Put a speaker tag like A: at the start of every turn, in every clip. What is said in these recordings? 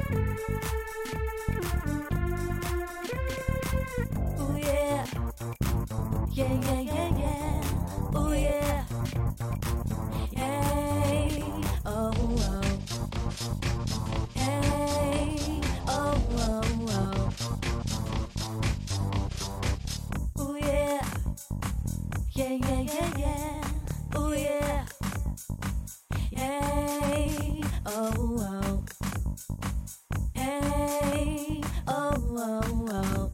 A: Oh yeah, yeah, yeah, yeah, yeah. Oh yeah, hey, oh, oh. Hey, oh, oh, oh. Oh yeah, yeah, yeah, yeah, yeah. Oh yeah, hey, oh, oh. Hey, oh, oh, oh.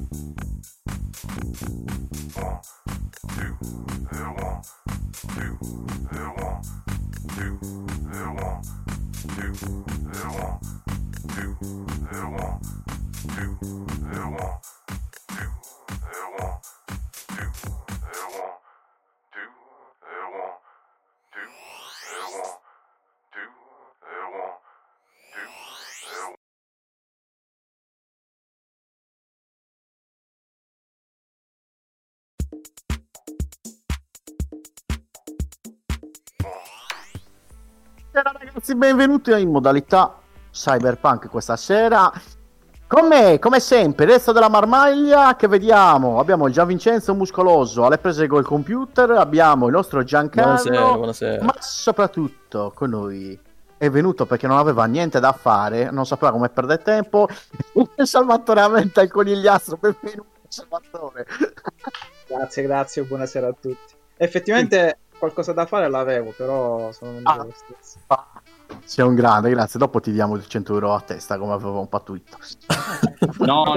B: Buonasera ragazzi, benvenuti in modalità Cyberpunk questa sera. Con me, come sempre, il resto della marmaglia che vediamo. Abbiamo il Gianvincenzo muscoloso alle prese col computer, abbiamo il nostro Giancarlo,
C: Buonasera.
B: ma soprattutto con noi è venuto perché non aveva niente da fare, non sapeva come perdere tempo. Salvatore Amenta, il conigliastro, benvenuto Salvatore.
D: Grazie, buonasera a tutti. Effettivamente qualcosa da fare l'avevo, però sono venuto lo stesso.
B: Sei un grande, grazie. Dopo ti diamo 100 euro a testa come avevamo pattuito.
E: No.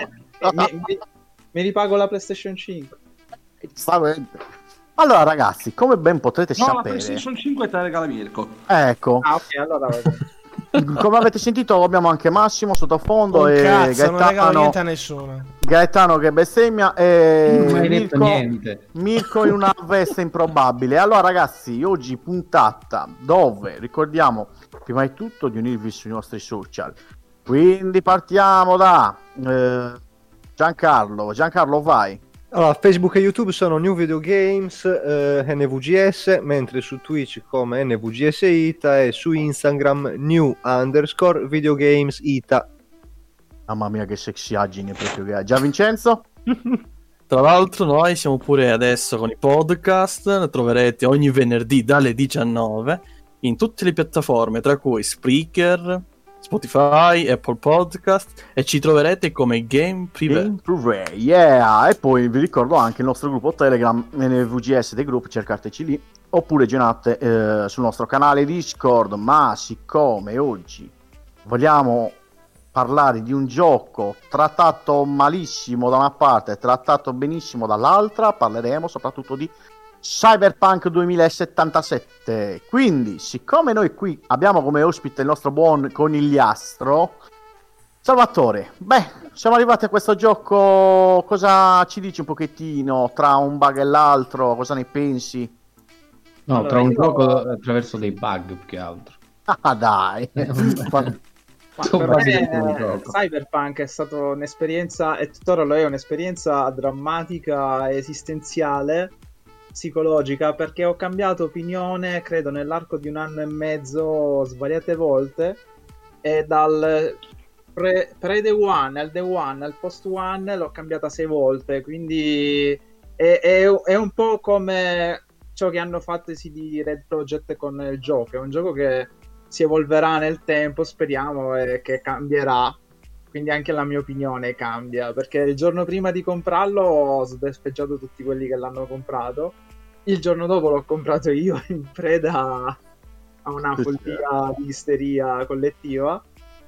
D: Mi ripago la PlayStation 5.
B: Giustamente. Allora ragazzi, come ben potrete
E: No, la
B: sapere,
E: PlayStation 5 te la regala Mirko.
B: ecco,
D: Ah, ok, allora va bene.
B: come avete sentito abbiamo anche Massimo sottofondo
F: Un
B: e
F: cazzo, non regalo
B: Gaetano,
F: niente a nessuno.
B: Gaetano che bestemmia e
E: Non hai detto niente.
B: Mirko in una veste improbabile. Allora ragazzi, oggi puntata dove ricordiamo prima di tutto di unirvi sui nostri social. Quindi partiamo da Giancarlo vai.
C: Allora, Facebook e YouTube sono New Video Games NVGS, mentre su Twitch come NVGS Ita e su Instagram New_Video Games Ita.
B: Mamma mia che sexiaggine proprio che ha. Già Vincenzo?
G: Tra l'altro noi siamo pure adesso con i podcast, ne troverete ogni venerdì dalle 19 in tutte le piattaforme, tra cui Spreaker, Spotify, Apple Podcast, e ci troverete come Game Privé.
B: Yeah! E poi vi ricordo anche il nostro gruppo Telegram NVGS The Group, cercateci lì, oppure girate sul nostro canale Discord. Ma siccome oggi vogliamo parlare di un gioco trattato malissimo da una parte e trattato benissimo dall'altra, parleremo soprattutto di Cyberpunk 2077. Quindi, siccome noi qui abbiamo come ospite il nostro buon conigliastro Salvatore, siamo arrivati a questo gioco, cosa ci dici un pochettino tra un bug e l'altro, cosa ne pensi?
E: No,
D: Allora,
E: tra un
D: io-
E: gioco attraverso dei bug più che altro.
B: Ah dai!
D: Ma
E: Sono
D: per
E: basi
D: me
E: del tuo gioco.
D: Cyberpunk è stata un'esperienza, e tuttora lo è, un'esperienza drammatica, esistenziale, psicologica, perché ho cambiato opinione, credo, nell'arco di un anno e mezzo svariate volte, e dal pre-day one al day one al post one l'ho cambiata 6 volte, quindi è un po' come ciò che hanno fatto i CD Red Project con il gioco. È un gioco che si evolverà nel tempo, speriamo, e che cambierà, quindi anche la mia opinione cambia, perché il giorno prima di comprarlo ho sdespeggiato tutti quelli che l'hanno comprato, il giorno dopo l'ho comprato io in preda a una follia di isteria collettiva,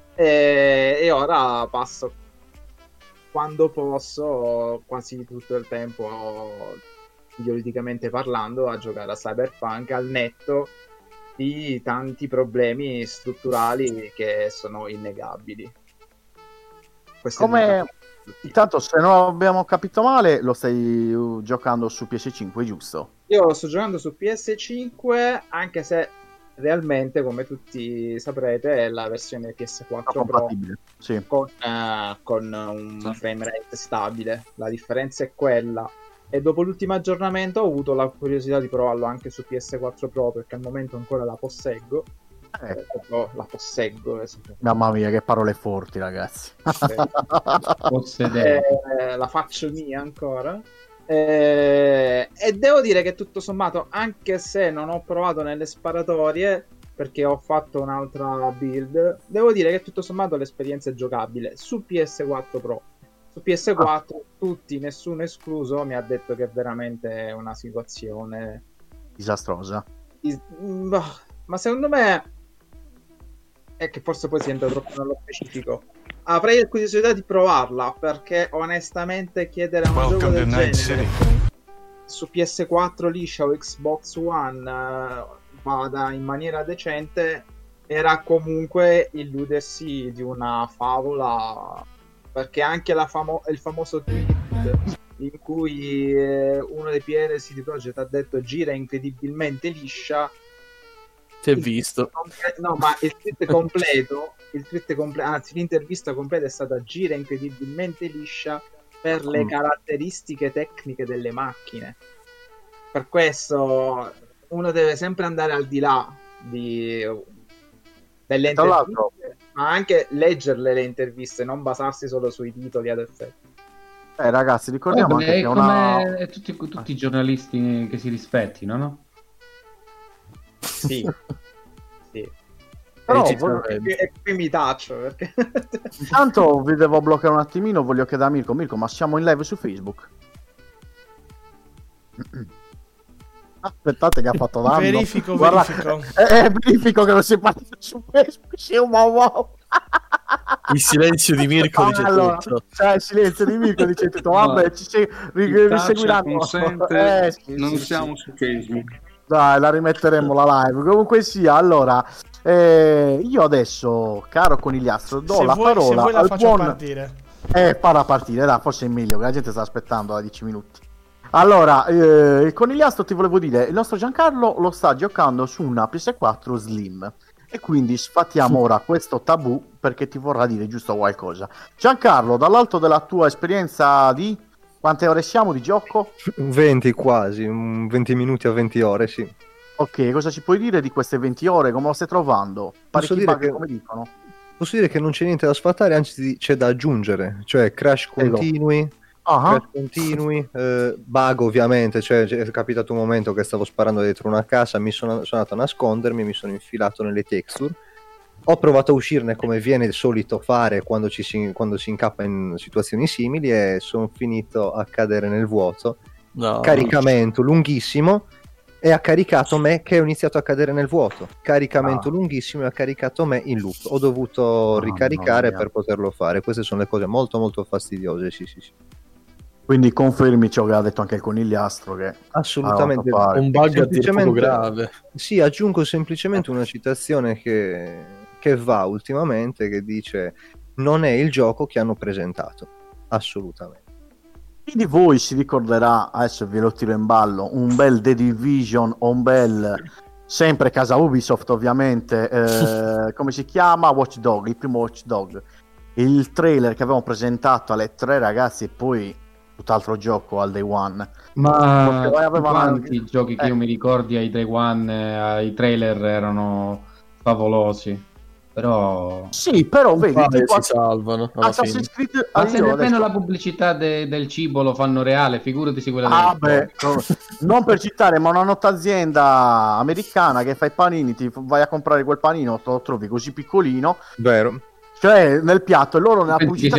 D: e ora passo quando posso, quasi tutto il tempo videoludicamente parlando, a giocare a Cyberpunk, al netto di tanti problemi strutturali che sono innegabili. Questo è il mio
B: Come
D: capitolo.
B: intanto, se non abbiamo capito male, lo stai giocando su PS5, giusto?
D: Io sto giocando su PS5, anche se realmente, come tutti saprete, è la versione PS4 Pro
B: Compatibile. Sì.
D: con un frame rate stabile. La differenza è quella. E dopo l'ultimo aggiornamento ho avuto la curiosità di provarlo anche su PS4 Pro, perché al momento ancora la posseggo. proprio la posseggo.
B: Mamma mia, che parole forti, ragazzi.
E: Possedere.
D: La faccio mia ancora. E devo dire che tutto sommato, anche se non ho provato nelle sparatorie, perché ho fatto un'altra build, devo dire che tutto sommato l'esperienza è giocabile su PS4 Pro. Su PS4 tutti, nessuno escluso, mi ha detto che è veramente una situazione
B: Disastrosa.
D: ma secondo me è che forse poi si entra troppo nello specifico. Avrei la curiosità di provarla, perché onestamente chiedere a un gioco del genere su PS4 liscia o Xbox One vada in maniera decente era comunque illudersi di una favola, perché anche il famoso tweet in cui uno dei PR CD Projekt ha detto gira incredibilmente liscia.
G: Si è visto.
D: No, ma il tweet completo, anzi l'intervista completa è stata gira incredibilmente liscia per le caratteristiche tecniche delle macchine. Per questo uno deve sempre andare al di là delle interviste, ma anche leggerle le interviste, non basarsi solo sui titoli ad effetto.
B: Ragazzi, ricordiamo anche che è una...
E: tutti i giornalisti che si rispettino, no?
D: Sì. Sì.
B: Però
D: e qui mi taccio perché...
B: Intanto vi devo bloccare un attimino, voglio chiedere a Mirko, ma siamo in live su Facebook? Aspettate che ha fatto danno.
F: Verifico.
B: Verifico che non si parla su Facebook. Sì, wow.
G: Il silenzio di Mirko dice tutto.
B: Cioè, il silenzio di Mirko dice tutto. Vabbè, ci riseguiranno.
H: Non siamo su Facebook.
B: Dai, la rimetteremo la live. Comunque sia, allora, io adesso, caro conigliastro, do la parola
F: se vuoi la
B: al
F: faccio
B: buon...
F: partire.
B: Farà partire, dai, forse è meglio, che la gente sta aspettando da 10 minuti. Allora, il conigliastro, ti volevo dire, il nostro Giancarlo lo sta giocando su una PS4 Slim. E quindi sfattiamo ora questo tabù, perché ti vorrà dire giusto qualcosa. Giancarlo, dall'alto della tua esperienza di... Quante ore siamo di gioco?
C: 20 quasi, 20 minuti a 20 ore, sì.
B: Ok, cosa ci puoi dire di queste 20 ore? Come lo stai trovando?
C: Posso dire che...
B: come dicono?
C: Posso dire che non c'è niente da sfatare, anzi c'è da aggiungere, cioè crash continui, bug ovviamente, cioè è capitato un momento che stavo sparando dietro una casa, sono andato a nascondermi, mi sono infilato nelle texture, ho provato a uscirne come viene il solito fare quando si incappa in situazioni simili e sono finito a cadere nel vuoto, caricamento lunghissimo e ha caricato me che ho iniziato a cadere nel vuoto, caricamento lunghissimo e ha caricato me in loop, ho dovuto ricaricare per poterlo fare. Queste sono le cose molto molto fastidiose, sì.
B: Quindi confermi ciò che ha detto anche il conigliastro, che
C: assolutamente
G: un bug a dir poco grave.
C: Sì, aggiungo semplicemente una citazione che va ultimamente, che dice non è il gioco che hanno presentato, assolutamente.
B: Chi di voi si ricorderà, adesso ve lo tiro in ballo, un bel The Division o un bel, sempre casa Ubisoft ovviamente, come si chiama? Watch Dog, il primo Watch Dog, il trailer che avevamo presentato alle 3, ragazzi, e poi tutt'altro gioco al day one.
E: Ma quanti giochi che io mi ricordi ai day one, ai trailer erano favolosi. Però
B: sì, però vedi,
G: tipo, si salvano
B: Assassin's Creed,
E: ma se nemmeno la pubblicità del cibo lo fanno reale, figurati se quella
B: non per citare, ma una nota azienda americana che fa i panini, ti vai a comprare quel panino, te lo trovi così piccolino,
C: vero,
B: cioè nel piatto, e loro nella pubblicità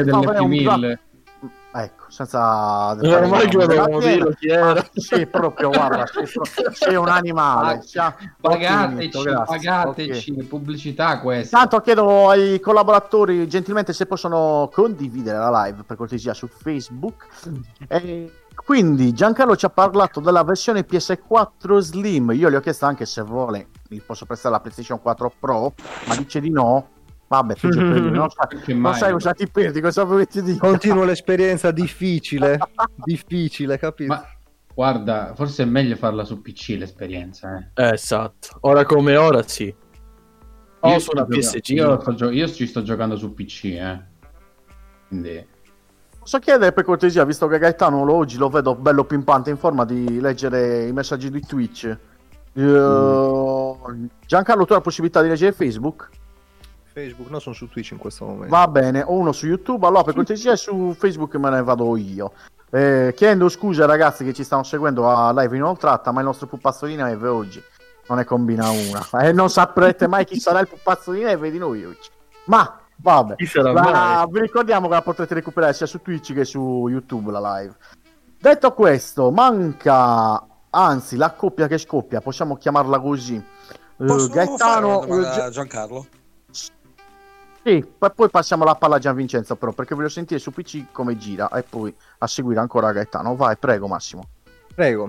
B: ecco, senza
G: ormai che dobbiamo dirlo chi era.
B: Sì, proprio, guarda, sei un animale.
E: Pagateci, pubblicità questa.
B: Tanto chiedo ai collaboratori gentilmente se possono condividere la live, per cortesia, su Facebook. Quindi Giancarlo ci ha parlato della versione PS4 Slim. Io gli ho chiesto anche se vuole, gli posso prestare la PlayStation 4 Pro, ma dice di no. Vabbè, non sai cosa ti perdi, cosa vuoi ti dire?
C: Continuo l'esperienza difficile, capito?
E: Ma guarda, forse è meglio farla su PC l'esperienza.
G: Esatto, ora come ora sì. O su una PSG.
E: Io ci sto giocando su PC, quindi...
B: Posso chiedere per cortesia, visto che Gaetano oggi lo vedo bello pimpante in forma, di leggere i messaggi di Twitch? Giancarlo, tu hai la possibilità di leggere Facebook?
C: Facebook, no, sono su Twitch in questo momento.
B: Va bene, ho uno su YouTube, allora per cortesia su Facebook me ne vado io. Chiedo scusa ai ragazzi che ci stanno seguendo a live inoltrata, ma il nostro pupazzo di neve oggi non ne combina una. E non saprete mai chi sarà il pupazzo di neve di noi oggi. Ma vabbè,
G: Chi sarà mai?
B: vi ricordiamo che la potrete recuperare sia su Twitch che su YouTube la live. Detto questo, manca, anzi la coppia che scoppia, possiamo chiamarla così.
F: Posso
B: Gaetano,
F: fare una domanda a Giancarlo?
B: sì, poi passiamo la palla a Gianvincenzo però, perché voglio sentire su PC come gira e poi a seguire ancora Gaetano. Vai, prego Massimo.
C: Prego.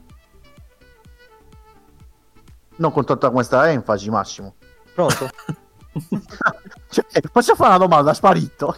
B: Non con tutta questa enfasi, Massimo.
C: Pronto?
B: Cioè, posso fare una domanda? Sparito.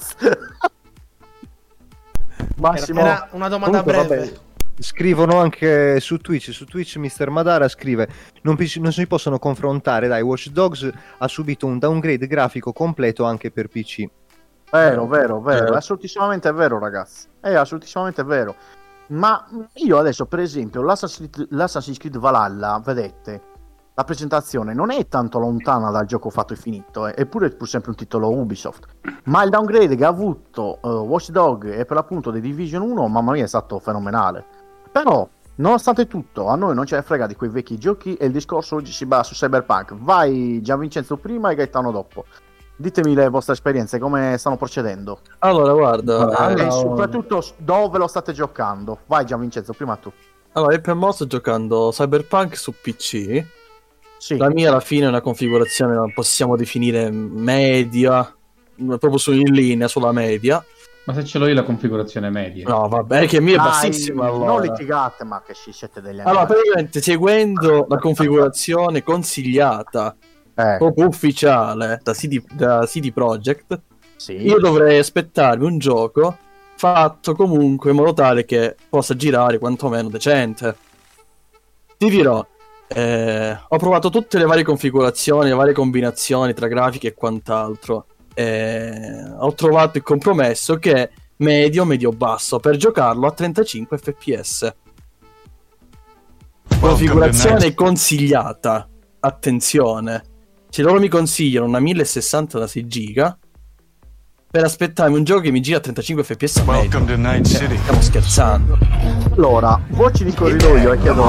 B: Massimo.
I: Era una domanda
C: Comunque,
I: breve.
C: vabbè, scrivono anche su Twitch Mr. Madara scrive non si possono confrontare, dai, Watch Dogs ha subito un downgrade grafico completo anche per PC.
B: Vero, è assolutissimamente vero, ragazzi. È assolutissimamente vero. Ma io adesso, per esempio, l'Assassin's Creed Valhalla, vedete, la presentazione non è tanto lontana dal gioco fatto e finito, eppure è pur sempre un titolo Ubisoft. Ma il downgrade che ha avuto Watch Dogs e per l'appunto The Division 1, mamma mia, è stato fenomenale. Però, nonostante tutto, a noi non ce ne frega di quei vecchi giochi e il discorso oggi si basa su Cyberpunk. Vai Gianvincenzo prima e Gaetano dopo. Ditemi le vostre esperienze, come stanno procedendo.
G: Allora, guarda,
B: E soprattutto dove lo state giocando. Vai Gianvincenzo, prima tu.
G: allora, io per mo sto giocando Cyberpunk su PC.
B: Sì.
G: La mia alla fine è una configurazione, la possiamo definire media, proprio in linea sulla media.
E: Ma se ce l'ho io la configurazione media.
G: No, vabbè, che mia è
B: Dai,
G: bassissima. Allora.
B: Non litigate, ma che ci siete degli
G: Allora,
B: animali.
G: praticamente seguendo la configurazione consigliata, proprio ufficiale da CD Projekt,
B: sì.
G: io dovrei aspettarmi un gioco fatto comunque in modo tale che possa girare quantomeno decente. Ti dirò, ho provato tutte le varie configurazioni, le varie combinazioni tra grafiche e quant'altro. Ho trovato il compromesso che è medio basso per giocarlo a 35 fps. Configurazione consigliata, attenzione, se loro mi consigliano una 1060 da 6 giga per aspettarmi un gioco che mi gira a 35 fps a medio, stiamo scherzando.
B: Allora, voci di corridoio e chiedo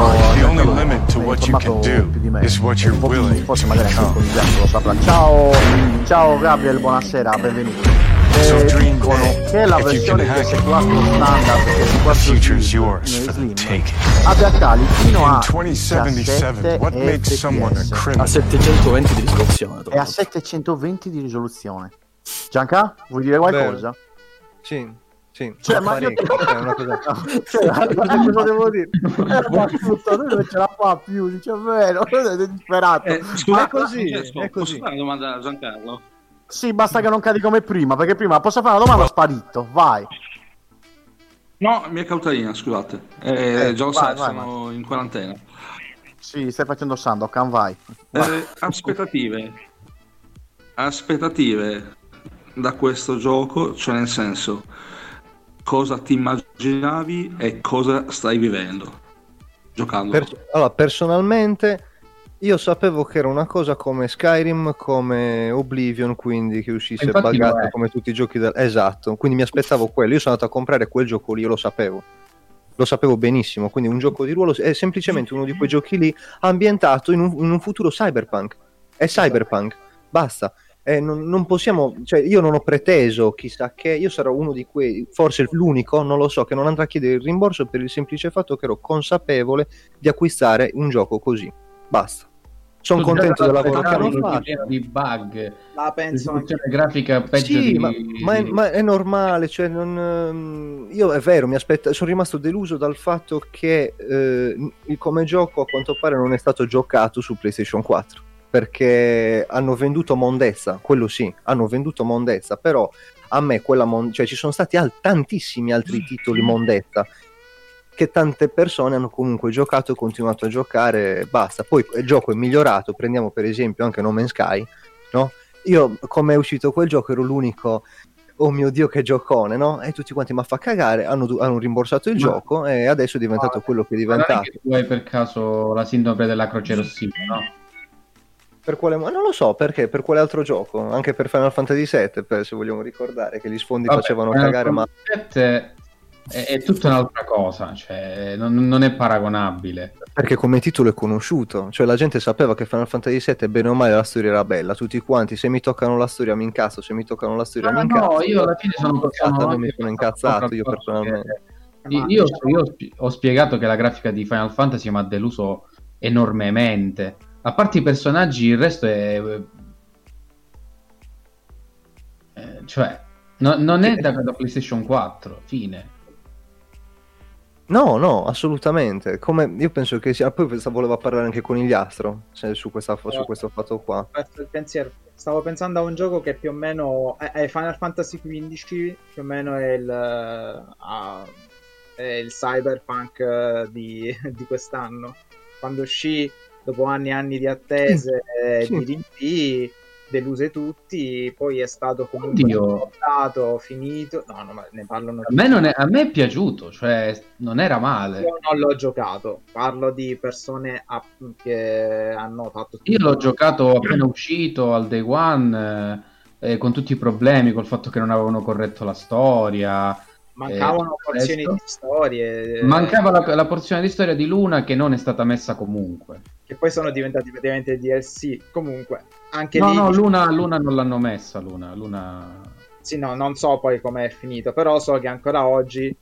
B: più di me. Forse magari anche con il lo saprà. Ciao Gabriel, buonasera, benvenuto. Dicono che la versione PS4 standard PS4 Slim abbia tali fino a 17 fps
G: a 720 di risoluzione
B: e a 720 di risoluzione. Gianca, vuoi dire qualcosa?
C: Sì.
B: Cioè, ma io
C: è una cosa...
B: cosa devo dire? Tutto, lui non ce la fa più, dice vero, è disperato.
H: Scusa,
C: è così.
H: Posso fare una domanda a Giancarlo?
B: Sì, basta che non cadi come prima, perché prima posso fare una domanda, sparito, vai.
H: No, mia cautelina, scusate. Già lo sai, sono in quarantena.
B: Sì, stai facendo Sandokan, vai.
H: Aspettative da questo gioco, cioè nel senso, cosa ti immaginavi e cosa stai vivendo giocando?
C: Allora, personalmente io sapevo che era una cosa come Skyrim, come Oblivion, quindi che uscisse buggato come tutti i giochi esatto, quindi mi aspettavo quello. Io sono andato a comprare quel gioco lì, io lo sapevo benissimo, quindi un gioco di ruolo è semplicemente uno di quei giochi lì ambientato in un futuro cyberpunk. È cyberpunk, basta. Non possiamo, cioè io non ho preteso chissà che, io sarò uno di quei, forse l'unico, non lo so, che non andrà a chiedere il rimborso per il semplice fatto che ero consapevole di acquistare un gioco così, basta. Sono contento del lavoro che hanno fatto.
E: Di bug,
D: la penso anche.
E: grafica peggio
C: sì,
E: di...
C: ma è normale, cioè io è vero, sono rimasto deluso dal fatto che come gioco a quanto pare non è stato giocato su PlayStation 4. Perché hanno venduto mondezza, quello sì, hanno venduto mondezza, però a me cioè ci sono stati tantissimi altri titoli mondezza che tante persone hanno comunque giocato e continuato a giocare, basta. Poi il gioco è migliorato, prendiamo per esempio anche No Man's Sky, no? Io come è uscito quel gioco ero l'unico, oh mio Dio che giocone, no? E tutti quanti ma fa cagare, hanno rimborsato il gioco e adesso è diventato quello che è diventato.
E: Non è che tu hai per caso la sindrome della croce rossina, no?
C: Per quale non lo so perché, per quale altro gioco? Anche per Final Fantasy VII, se vogliamo ricordare che gli sfondi facevano cagare, ma
E: è tutta un'altra cosa, cioè non è paragonabile.
C: perché come titolo è conosciuto, cioè la gente sapeva che Final Fantasy VII bene o male la storia era bella, tutti quanti, se mi toccano la storia mi incazzo, se mi toccano la storia mi incazzo.
E: No, io alla fine
C: non mi sono incazzato io personalmente.
E: Io ho spiegato che la grafica di Final Fantasy mi ha deluso enormemente. A parte i personaggi, il resto è cioè non è da PlayStation 4, fine.
C: No, assolutamente. Io penso che sia. Poi voleva parlare anche con Gliastro su questo fatto qua.
D: Il pensiero. Stavo pensando a un gioco che più o meno è Final Fantasy XV, più o meno è il cyberpunk di quest'anno. Quando uscì, dopo anni e anni di attese e di rinvii, deluse tutti, poi è stato comunque portato, finito. No, ma ne parlano tutti.
E: A me è piaciuto, cioè non era male.
D: Io non l'ho giocato, parlo di persone che hanno fatto.
E: Io l'ho giocato appena uscito al day one, con tutti i problemi, col fatto che non avevano corretto la storia.
D: Mancavano porzioni di storie.
E: Mancava la porzione di storia di Luna che non è stata messa comunque.
D: Che poi sono diventati praticamente DLC. Comunque, anche
E: no,
D: lì...
E: No, Luna non l'hanno messa, Luna...
D: Sì, no, non so poi com'è finito, però so che ancora oggi,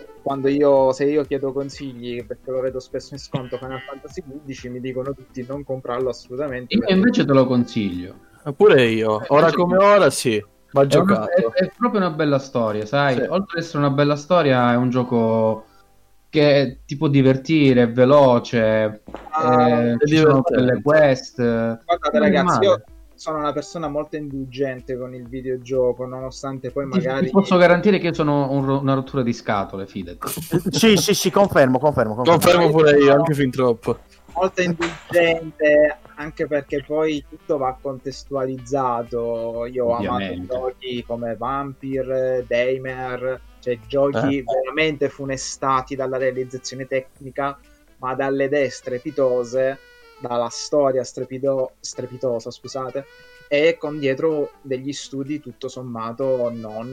D: se io chiedo consigli, perché lo vedo spesso in sconto Final Fantasy XV, mi dicono tutti non comprarlo assolutamente.
E: Io invece te lo consiglio.
G: Pure io, ora come ora sì. Ma giocato.
E: È proprio una bella storia, sai?
G: Sì.
E: Oltre ad essere una bella storia, è un gioco che ti può divertire, è veloce, ci sono delle quest.
D: Guardate ragazzi, io sono una persona molto indulgente con il videogioco, nonostante poi magari...
E: Ti posso garantire che io sono una rottura di scatole, fidati.
B: Sì, confermo.
G: Confermo pure io, anche fin troppo.
D: Molto indulgente, anche perché poi tutto va contestualizzato. Io ho amato giochi come Vampire, Daymare, cioè giochi veramente funestati dalla realizzazione tecnica, ma dalle idee strepitose, dalla storia strepitosa, scusate, e con dietro degli studi tutto sommato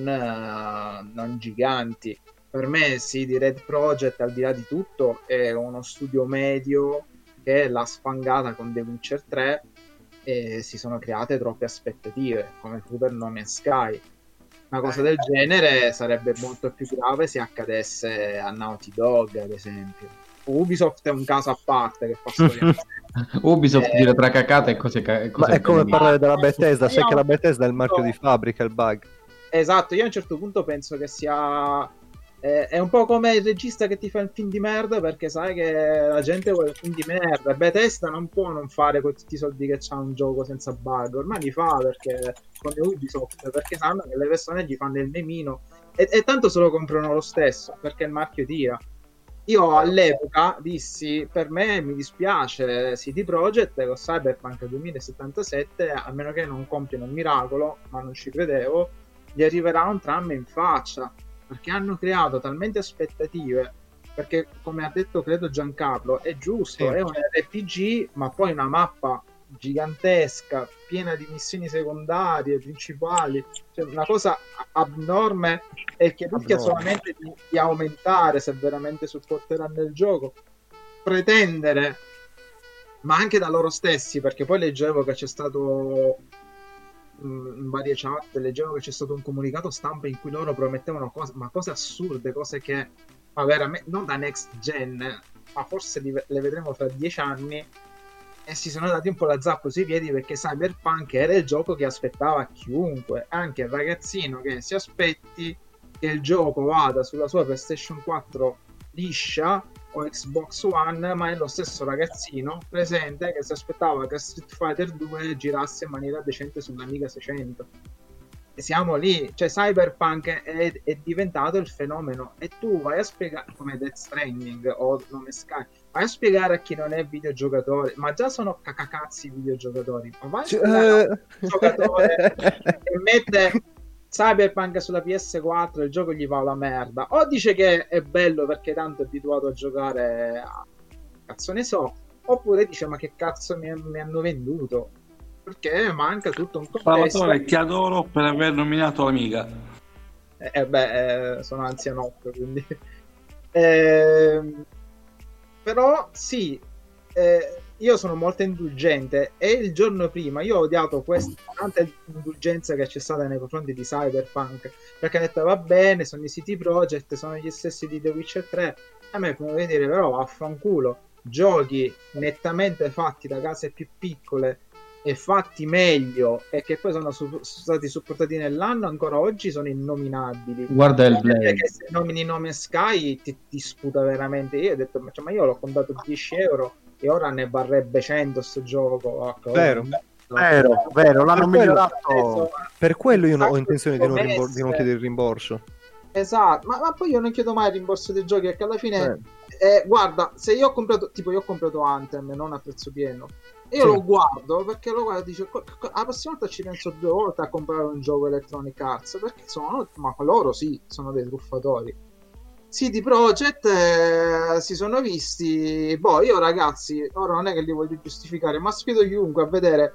D: non giganti. Per me CD Red Projekt, al di là di tutto, è uno studio medio che l'ha sfangata con The Witcher 3 e si sono create troppe aspettative, come fu per No Man's Sky. Una cosa del genere sarebbe molto più grave se accadesse a Naughty Dog, ad esempio. Ubisoft è un caso a parte che fa storia.
E: Ubisoft dire tra cacate e cose
C: ma è come parlare della Bethesda, sai che la Bethesda è il marchio di fabbrica, il bug.
D: Esatto, io a un certo punto penso che sia... è un po' come il regista che ti fa il film di merda, perché sai che la gente vuole il film di merda. Bethesda non può non fare con tutti i soldi che c'ha un gioco senza bug, ormai li fa perché come Ubisoft, perché sanno che le persone gli fanno il memino e tanto se lo comprano lo stesso perché il marchio tira. Io all'epoca dissi, per me mi dispiace CD Projekt con Cyberpunk 2077, a meno che non compiano un miracolo, ma non ci credevo, gli arriverà un tram in faccia, perché hanno creato talmente aspettative, perché come ha detto credo Giancarlo, è giusto, sì, è un RPG, ma poi una mappa gigantesca, piena di missioni secondarie, principali, cioè una cosa abnorme e che rischia solamente di aumentare se veramente supporteranno il gioco. Pretendere, ma anche da loro stessi, perché poi leggevo che c'è stato in varie chat, leggevo che c'è stato un comunicato stampa in cui loro promettevano cose assurde, cose che ma veramente non da next gen, ma forse le vedremo fra 10 anni, e si sono dati un po' la zappa sui piedi, perché Cyberpunk era il gioco che aspettava chiunque, anche il ragazzino che si aspetti che il gioco vada sulla sua PlayStation 4 liscia o Xbox One, ma è lo stesso ragazzino presente che si aspettava che Street Fighter 2 girasse in maniera decente sull'Amiga 600. E siamo lì, cioè Cyberpunk è diventato il fenomeno, e tu vai a spiegare, come Death Stranding o No Man's Sky, vai a spiegare a chi non è videogiocatore, ma già sono cacacazzi videogiocatori, ma vai a spiegare a un giocatore che mette Cyberpunk sulla PS4 il gioco gli va alla merda, o dice che è bello perché tanto è abituato a giocare a cazzo ne so, oppure dice ma che cazzo mi hanno venduto. perché manca tutto un contesto.
H: Salvatore, ti adoro per aver nominato l'amiga.
D: Sono anzianotto, quindi però sì, io sono molto indulgente e il giorno prima io ho odiato questa tanta indulgenza che c'è stata nei confronti di Cyberpunk, perché ho detto va bene, sono i CD Projekt, sono gli stessi di The Witcher 3, a me come dire però vaffanculo, giochi nettamente fatti da case più piccole e fatti meglio e che poi sono stati supportati nell'anno, ancora oggi sono innominabili.
E: Guarda il Blade.
D: Che se nomini Nome Sky ti sputa veramente. Io ho detto ma io l'ho comprato 10 euro e ora ne varrebbe 100 sto gioco.
C: Vero.
B: Vero, l'hanno migliorato.
C: Per quello io ho intenzione di non chiedere il rimborso.
D: Esatto, ma poi io non chiedo mai il rimborso dei giochi, perché alla fine guarda, se io ho comprato Anthem non a prezzo pieno, e io lo guardo perché lo guardo e dice la prossima volta ci penso 2 volte a comprare un gioco Electronic Arts, perché ma loro sì, sono dei truffatori. CD Projekt si sono visti, io ragazzi, ora non è che li voglio giustificare, ma sfido chiunque a vedere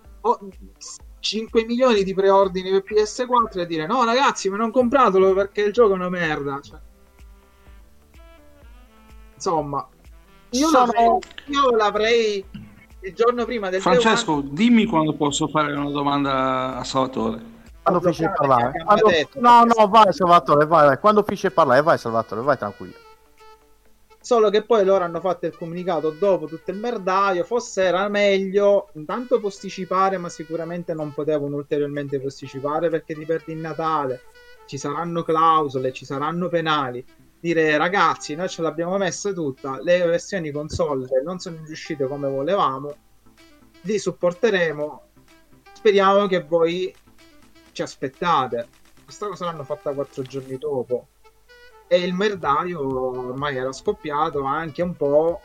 D: 5 milioni di preordini per PS4 e dire no ragazzi ma non compratelo perché il gioco è una merda, cioè. Insomma io l'avrei il giorno prima del
H: Francesco, dimmi quando posso fare una domanda a Salvatore.
B: Quando finisce di parlare. No, vai Salvatore, vai. Quando finisce di parlare, vai Salvatore, vai tranquillo.
D: Solo che poi loro hanno fatto il comunicato dopo tutto il merdaio, forse era meglio intanto posticipare, ma sicuramente non potevano ulteriormente posticipare perché ti perdi il Natale, ci saranno clausole, ci saranno penali. Dire ragazzi, noi ce l'abbiamo messa tutta, le versioni console non sono riuscite come volevamo, li supporteremo, speriamo che voi ci aspettate. Questa cosa l'hanno fatta 4 giorni dopo e il merdaio ormai era scoppiato, anche un po'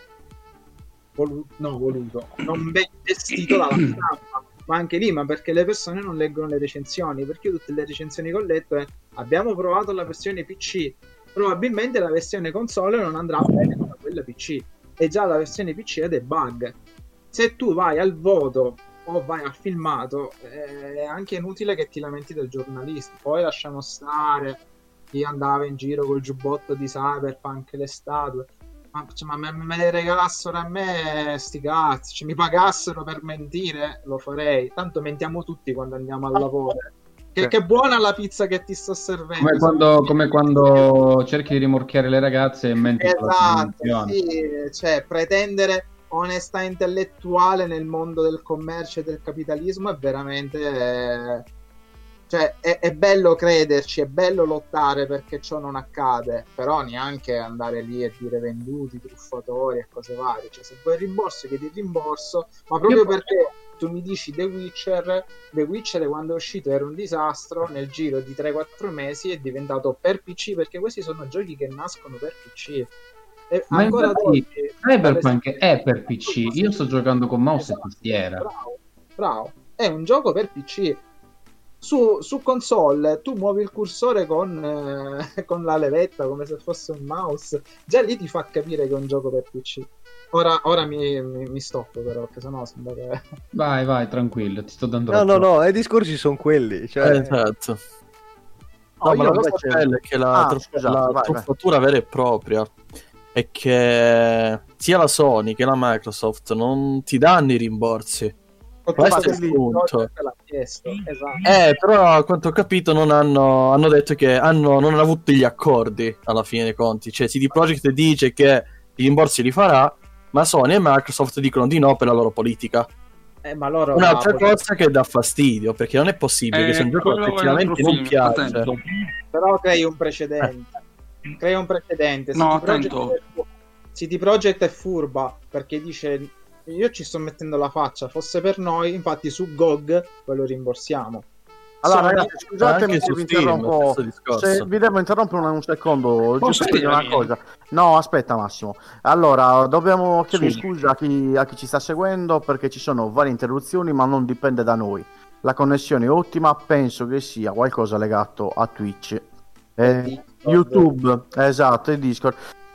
D: voluto, non ben gestito dalla stampa, ma anche lì, ma perché le persone non leggono le recensioni, perché io tutte le recensioni che ho letto abbiamo provato la versione PC, probabilmente la versione console non andrà bene come quella PC, e già la versione PC ha dei bug. Se tu vai al voto o vai al filmato è anche inutile che ti lamenti del giornalista. Poi lasciamo stare chi andava in giro col giubbotto di Cyberpunk, le statue, ma me le regalassero a me sti cazzi, mi pagassero per mentire, lo farei, tanto mentiamo tutti quando andiamo al lavoro. Che buona la pizza che ti sto servendo.
E: Come quando cerchi di rimorchiare le ragazze e menti.
D: Esatto, sì, cioè pretendere onestà intellettuale nel mondo del commercio e del capitalismo è veramente cioè è bello crederci, è bello lottare perché ciò non accade, però neanche andare lì e dire venduti, truffatori e cose varie. Cioè se vuoi il rimborso chiedi il rimborso, ma proprio perché tu mi dici The Witcher quando è uscito era un disastro, nel giro di 3-4 mesi è diventato per PC, perché questi sono giochi che nascono per PC. E
E: ma
D: ancora oggi
E: Cyberpunk è per PC, io sto giocando con mouse e tastiera.
D: Bravo, è un gioco per PC. Su console tu muovi il cursore con la levetta come se fosse un mouse, già lì ti fa capire che è un gioco per PC. Ora mi stoppo però, perché sennò sembra che...
E: Vai, tranquillo, ti sto dando
C: No, i discorsi sono quelli. Cioè...
G: Esatto. No, ma la cosa bella è che la truffatura vera e propria è che sia la Sony che la Microsoft non ti danno i rimborsi. Questo è il punto.
D: Esatto.
G: Però a quanto ho capito non hanno detto che non hanno avuto gli accordi alla fine dei conti. Cioè CD Projekt dice che i rimborsi li farà, ma Sony e Microsoft dicono di no per la loro politica.
D: Ma loro
G: un'altra cosa che dà fastidio, perché non è possibile che se un gioco effettivamente non piace,
D: però crei un precedente.
H: No,
D: CD Projekt è furba perché dice io ci sto mettendo la faccia, fosse per noi, infatti su GOG poi lo rimborsiamo.
B: Allora ragazzi, scusatemi se vi interrompo, vi devo interrompere un secondo, giusto per dire una cosa. No, aspetta Massimo. Allora, dobbiamo chiedere scusa a chi ci sta seguendo perché ci sono varie interruzioni, ma non dipende da noi. La connessione è ottima, penso che sia qualcosa legato a Twitch, YouTube, esatto, e Discord.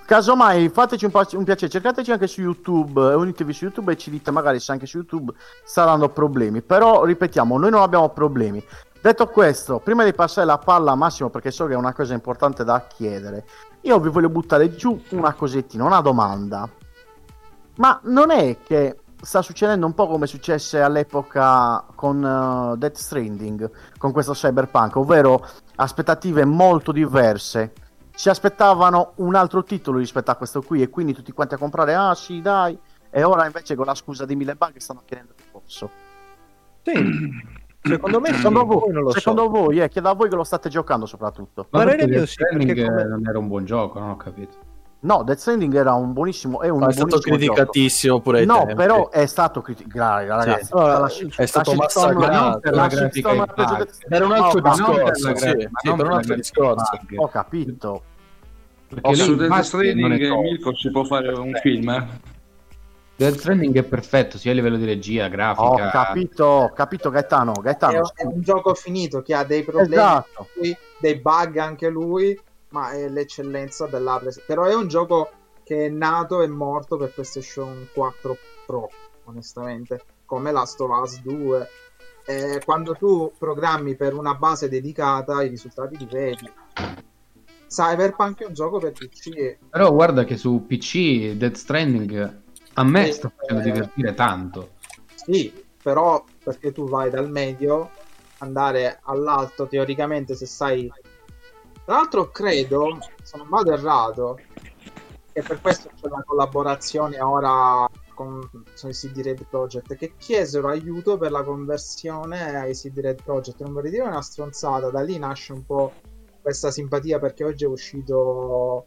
B: Casomai fateci un piacere, cercateci anche su YouTube, unitevi su YouTube e ci dite magari se anche su YouTube sta dando problemi, però ripetiamo, noi non abbiamo problemi. Detto questo, prima di passare la palla a Massimo, perché so che è una cosa importante da chiedere, io vi voglio buttare giù una cosettina, una domanda. Ma non è che sta succedendo un po' come successe all'epoca con Death Stranding, con questo Cyberpunk, ovvero aspettative molto diverse? Si aspettavano un altro titolo rispetto a questo qui e quindi tutti quanti a comprare, ah sì dai, e ora invece con la scusa di 1000 bug stanno chiedendo il corso.
C: Sì, secondo me
B: Secondo voi,
C: non lo
B: secondo
C: so.
B: voi chiedo a voi che lo state giocando soprattutto.
E: Ma
C: Parere
E: perché
C: mio
E: Death
C: sì, perché
E: Stranding
C: come-
E: non era un buon gioco, non ho capito.
B: No, Death Stranding era un buonissimo, è un
G: è stato
B: buonissimo
G: criticatissimo pure ai
B: gioco. No,
G: tempi.
B: però è stato criticato, ragazzi.
G: Sì. Allora,
B: La-
G: è stato
B: la shitstorm-
G: massacrato.
E: per la grafica
B: shitstorm
E: e
B: ha preso
E: bug.
B: Death-
G: Era un altro
B: No, ma
G: discorso,
E: non per la
G: sì,
E: gra- ma
G: sì,
E: non
G: per un
E: per la
G: altro
E: grafica
G: discorso.
E: bug.
B: Ho capito.
E: Perché
H: Su
E: lì
H: Death
E: non è
H: Stranding
E: top.
H: Mirko si può fare un film,
E: Death Stranding è perfetto sia a livello di regia, grafica.
B: Ho capito Gaetano.
D: È un gioco finito che ha dei problemi,
B: Esatto.
D: dei bug anche lui, ma è l'eccellenza però è un gioco che è nato e morto per PlayStation 4 Pro, onestamente, come Last of Us 2. Quando tu programmi per una base dedicata, i risultati li vedi. Cyberpunk è un gioco per PC.
E: Però guarda che su PC Death Stranding a me sta facendo divertire tanto.
D: Sì, però perché tu vai dal medio andare all'alto teoricamente se sai. Tra l'altro credo, se non vado errato, che per questo c'è la collaborazione ora con i CD Red Project, che chiesero aiuto per la conversione ai CD Red Project. Non vorrei dire una stronzata, da lì nasce un po' questa simpatia, perché oggi è uscito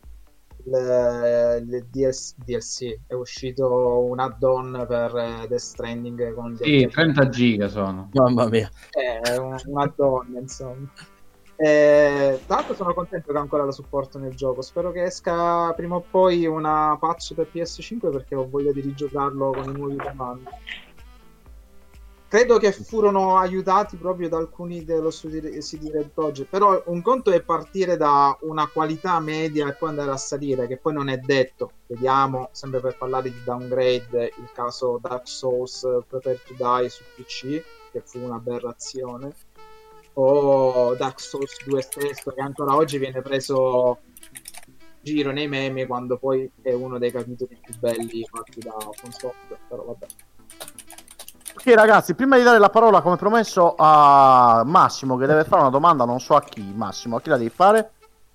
D: il DLC, è uscito un add-on per Death Stranding con
E: Sì, 30 giga sono.
G: Mamma mia.
D: è un add-on, insomma. Tra l'altro sono contento che ancora la supporto nel gioco. Spero che esca prima o poi una patch per PS5, perché ho voglia di rigiocarlo con i nuovi comandi. Credo che furono aiutati proprio da alcuni dello studio CD Red Project, però un conto è partire da una qualità media e poi andare a salire, che poi non è detto. Vediamo, sempre per parlare di downgrade, il caso Dark Souls Prepare to Die su PC, che fu un'aberrazione, o Dark Souls 2 stesso, che ancora oggi viene preso in giro nei meme, quando poi è uno dei capitoli più belli fatti da From Software, però vabbè.
B: Ok ragazzi, prima di dare la parola come promesso a Massimo, che deve fare una domanda, non so a chi. Massimo, a chi la devi fare?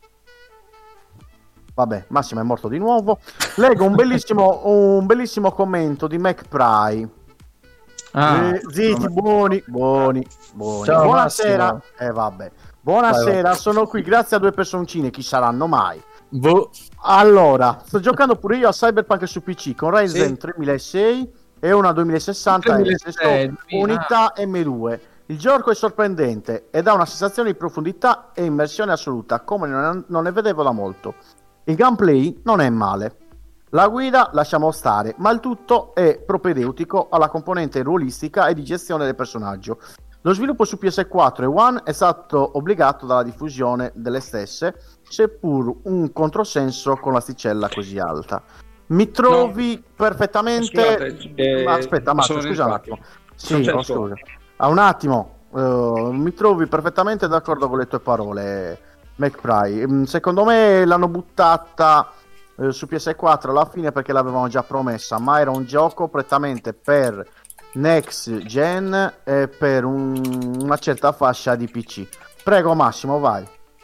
B: Vabbè, Massimo è morto di nuovo. Leggo un bellissimo commento di McPry. Zitti, buoni.
G: Ciao,
B: Buonasera.
G: Massimo.
B: Vabbè. Buonasera,
G: Vai.
B: sono qui grazie a due personcine, chi saranno mai?
G: Boh.
B: Allora, sto giocando pure io a Cyberpunk su PC con Ryzen 3006 e una 2060
E: 2006,
B: unità M2. Il gioco è sorprendente ed ha una sensazione di profondità e immersione assoluta, come non ne vedevo da molto. Il gameplay non è male. La guida lasciamo stare, ma il tutto è propedeutico alla componente ruolistica e di gestione del personaggio. Lo sviluppo su PS4 e One è stato obbligato dalla diffusione delle stesse, seppur un controsenso con l'asticella così alta. Mi trovi perfettamente...
H: Scusate,
B: Aspetta, Marzio,
H: sono
B: scusa un
H: in
B: attimo. Sì,
H: Francesco.
B: scusa. Un attimo. Mi trovi perfettamente d'accordo con le tue parole, McPry. Secondo me l'hanno buttata su PS4 alla fine perché l'avevano già promessa, ma era un gioco prettamente per next gen e per una certa fascia di PC. Prego Massimo, vai.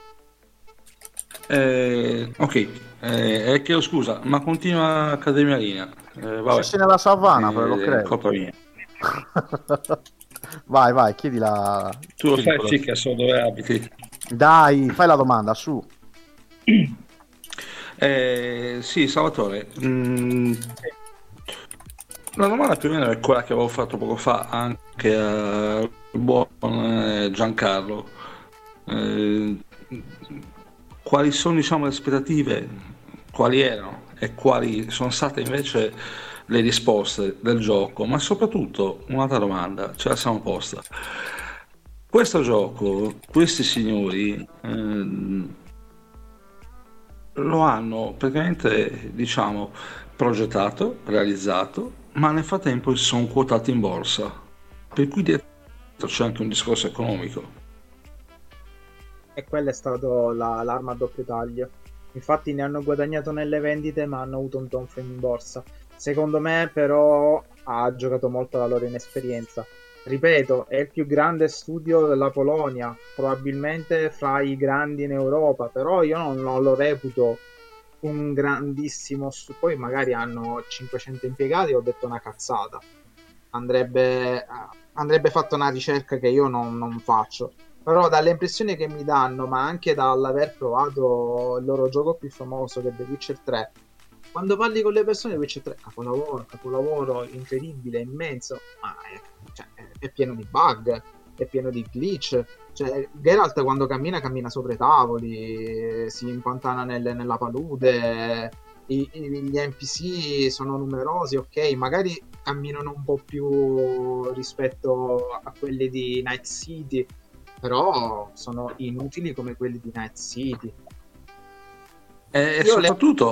H: Ok, chiedo scusa, ma continua a cadere la linea. Vabbè.
B: Se sei nella savana, però lo credo.
H: Colpa mia.
B: Vai, chiedi la...
H: Tu lo sai,
B: quello.
H: sì, che so dove abiti.
B: Dai, fai la domanda, su.
H: Sì, Salvatore. La domanda più o meno è quella che avevo fatto poco fa anche al buon Giancarlo. Quali sono, diciamo, le aspettative, quali erano e quali sono state invece le risposte del gioco, ma soprattutto un'altra domanda ce la siamo posta. Questo gioco, questi signori lo hanno praticamente, diciamo, progettato, realizzato, ma nel frattempo si sono quotati in borsa. Per cui dietro c'è anche un discorso economico.
D: E quella è stata l'arma a doppio taglio. Infatti ne hanno guadagnato nelle vendite, ma hanno avuto un tonfo in borsa. Secondo me, però, ha giocato molto la loro inesperienza. Ripeto, è il più grande studio della Polonia, probabilmente fra i grandi in Europa, però io non lo reputo un grandissimo studio. Poi magari hanno 500 impiegati, ho detto una cazzata. Andrebbe fatta una ricerca che io non faccio. Però dalle impressioni che mi danno, ma anche dall'aver provato il loro gioco più famoso che è The Witcher 3, quando parli con le persone, Witcher 3 capolavoro incredibile, immenso, ma è pieno di bug, è pieno di glitch. Cioè, Geralt quando cammina sopra i tavoli, si impantana nella palude, gli NPC sono numerosi, ok, magari camminano un po' più rispetto a quelli di Night City, però sono inutili come quelli di Night City.
H: E soprattutto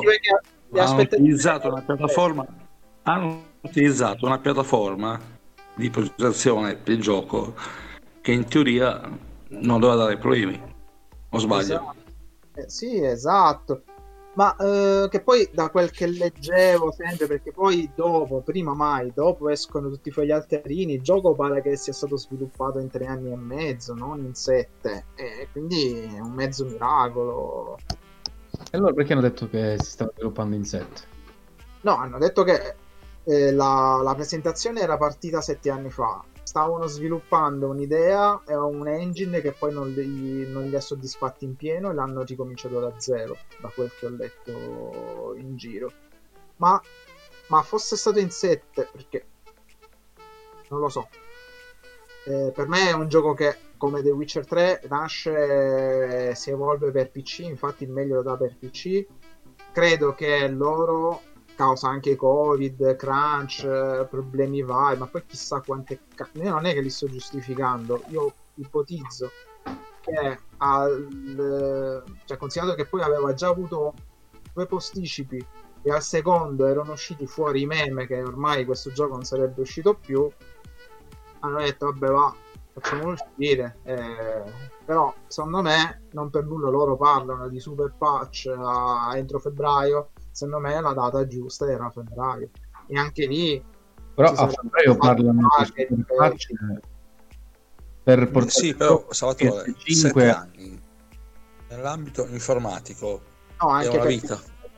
H: hanno utilizzato una piattaforma di progettazione per il gioco che in teoria non doveva dare problemi, o sbaglio?
D: Esatto. Sì, esatto. Ma che poi da quel che leggevo sempre, perché poi dopo escono tutti i fogli alterini, il gioco pare che sia stato sviluppato in 3 anni e mezzo, non in 7, e quindi è un mezzo miracolo.
E: E allora perché hanno detto che si stava sviluppando in 7?
D: No, hanno detto che la presentazione era partita 7 anni fa. Stavano sviluppando un'idea e un engine che poi non li ha soddisfatti in pieno e l'hanno ricominciato da zero, da quel che ho letto in giro. Ma fosse stato in 7, perché non lo so. Per me è un gioco che, come The Witcher 3, nasce e si evolve per PC, infatti il meglio lo dà per PC. Credo che loro, causa anche Covid, crunch, problemi vari, ma poi chissà quante io non è che li sto giustificando, io ipotizzo che considerato che poi aveva già avuto 2 posticipi e al secondo erano usciti fuori i meme che ormai questo gioco non sarebbe uscito più, hanno detto vabbè va, facciamolo uscire, però secondo me non per nulla loro parlano di super patch entro febbraio. Secondo me la data giusta era febbraio, e anche lì
E: però a febbraio parlano di patch per portare
F: sì, però Salvatore,
E: 5
F: anni nell'ambito informatico
D: no, anche
F: è una vita,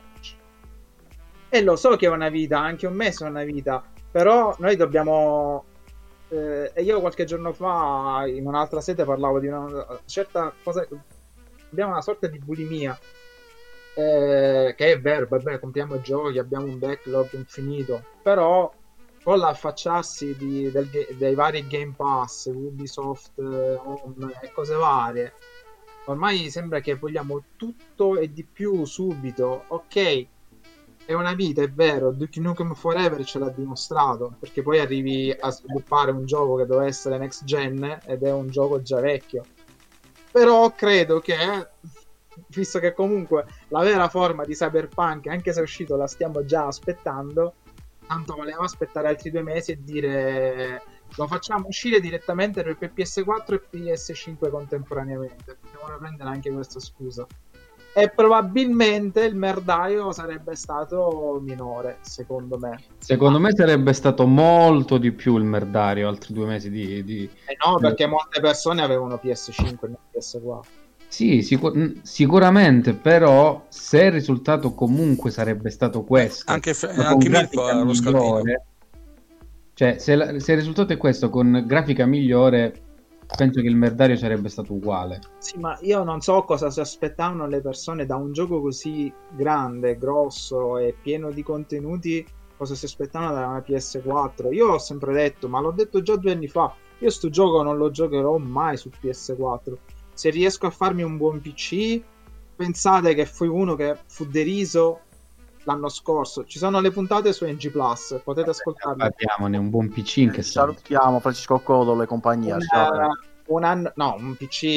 D: e lo so che è una vita, anche un mese è una vita, però noi dobbiamo e io qualche giorno fa in un'altra sede parlavo di una certa cosa, abbiamo una sorta di bulimia. Che è vero, vabbè, compriamo giochi, abbiamo un backlog infinito, però con l'affacciarsi dei vari Game Pass, Ubisoft, Home e cose varie, ormai sembra che vogliamo tutto e di più subito. Ok, è una vita, è vero, Duke Nukem Forever ce l'ha dimostrato, perché poi arrivi a sviluppare un gioco che doveva essere next gen ed è un gioco già vecchio, però credo che visto che comunque la vera forma di Cyberpunk, anche se è uscito, la stiamo già aspettando, tanto voleva aspettare altri 2 mesi e dire lo facciamo uscire direttamente per PS4 e PS5 contemporaneamente, potevano prendere anche questa scusa, e probabilmente il merdaio sarebbe stato minore, secondo me.
E: Secondo me sarebbe stato molto di più il merdario, altri 2 mesi di...
D: no, perché molte persone avevano PS5 e non PS4.
E: Sì, sicuramente, però se il risultato comunque sarebbe stato questo,
F: anche
E: con
F: Mirko allo
E: migliore, cioè se il risultato è questo con grafica migliore, penso che il merdario sarebbe stato uguale.
D: Sì, ma io non so cosa si aspettavano le persone da un gioco così grande, grosso e pieno di contenuti, cosa si aspettavano da una PS4. Io ho sempre detto, ma l'ho detto già 2 anni fa, io sto gioco non lo giocherò mai su PS4. Se riesco a farmi un buon PC, pensate che fui uno che fu deriso l'anno scorso. Ci sono le puntate su NG Plus, potete ascoltarle.
E: Parliamone, un buon PC in che senso?
B: Salutiamo Francesco Codolo e compagnia.
D: Un PC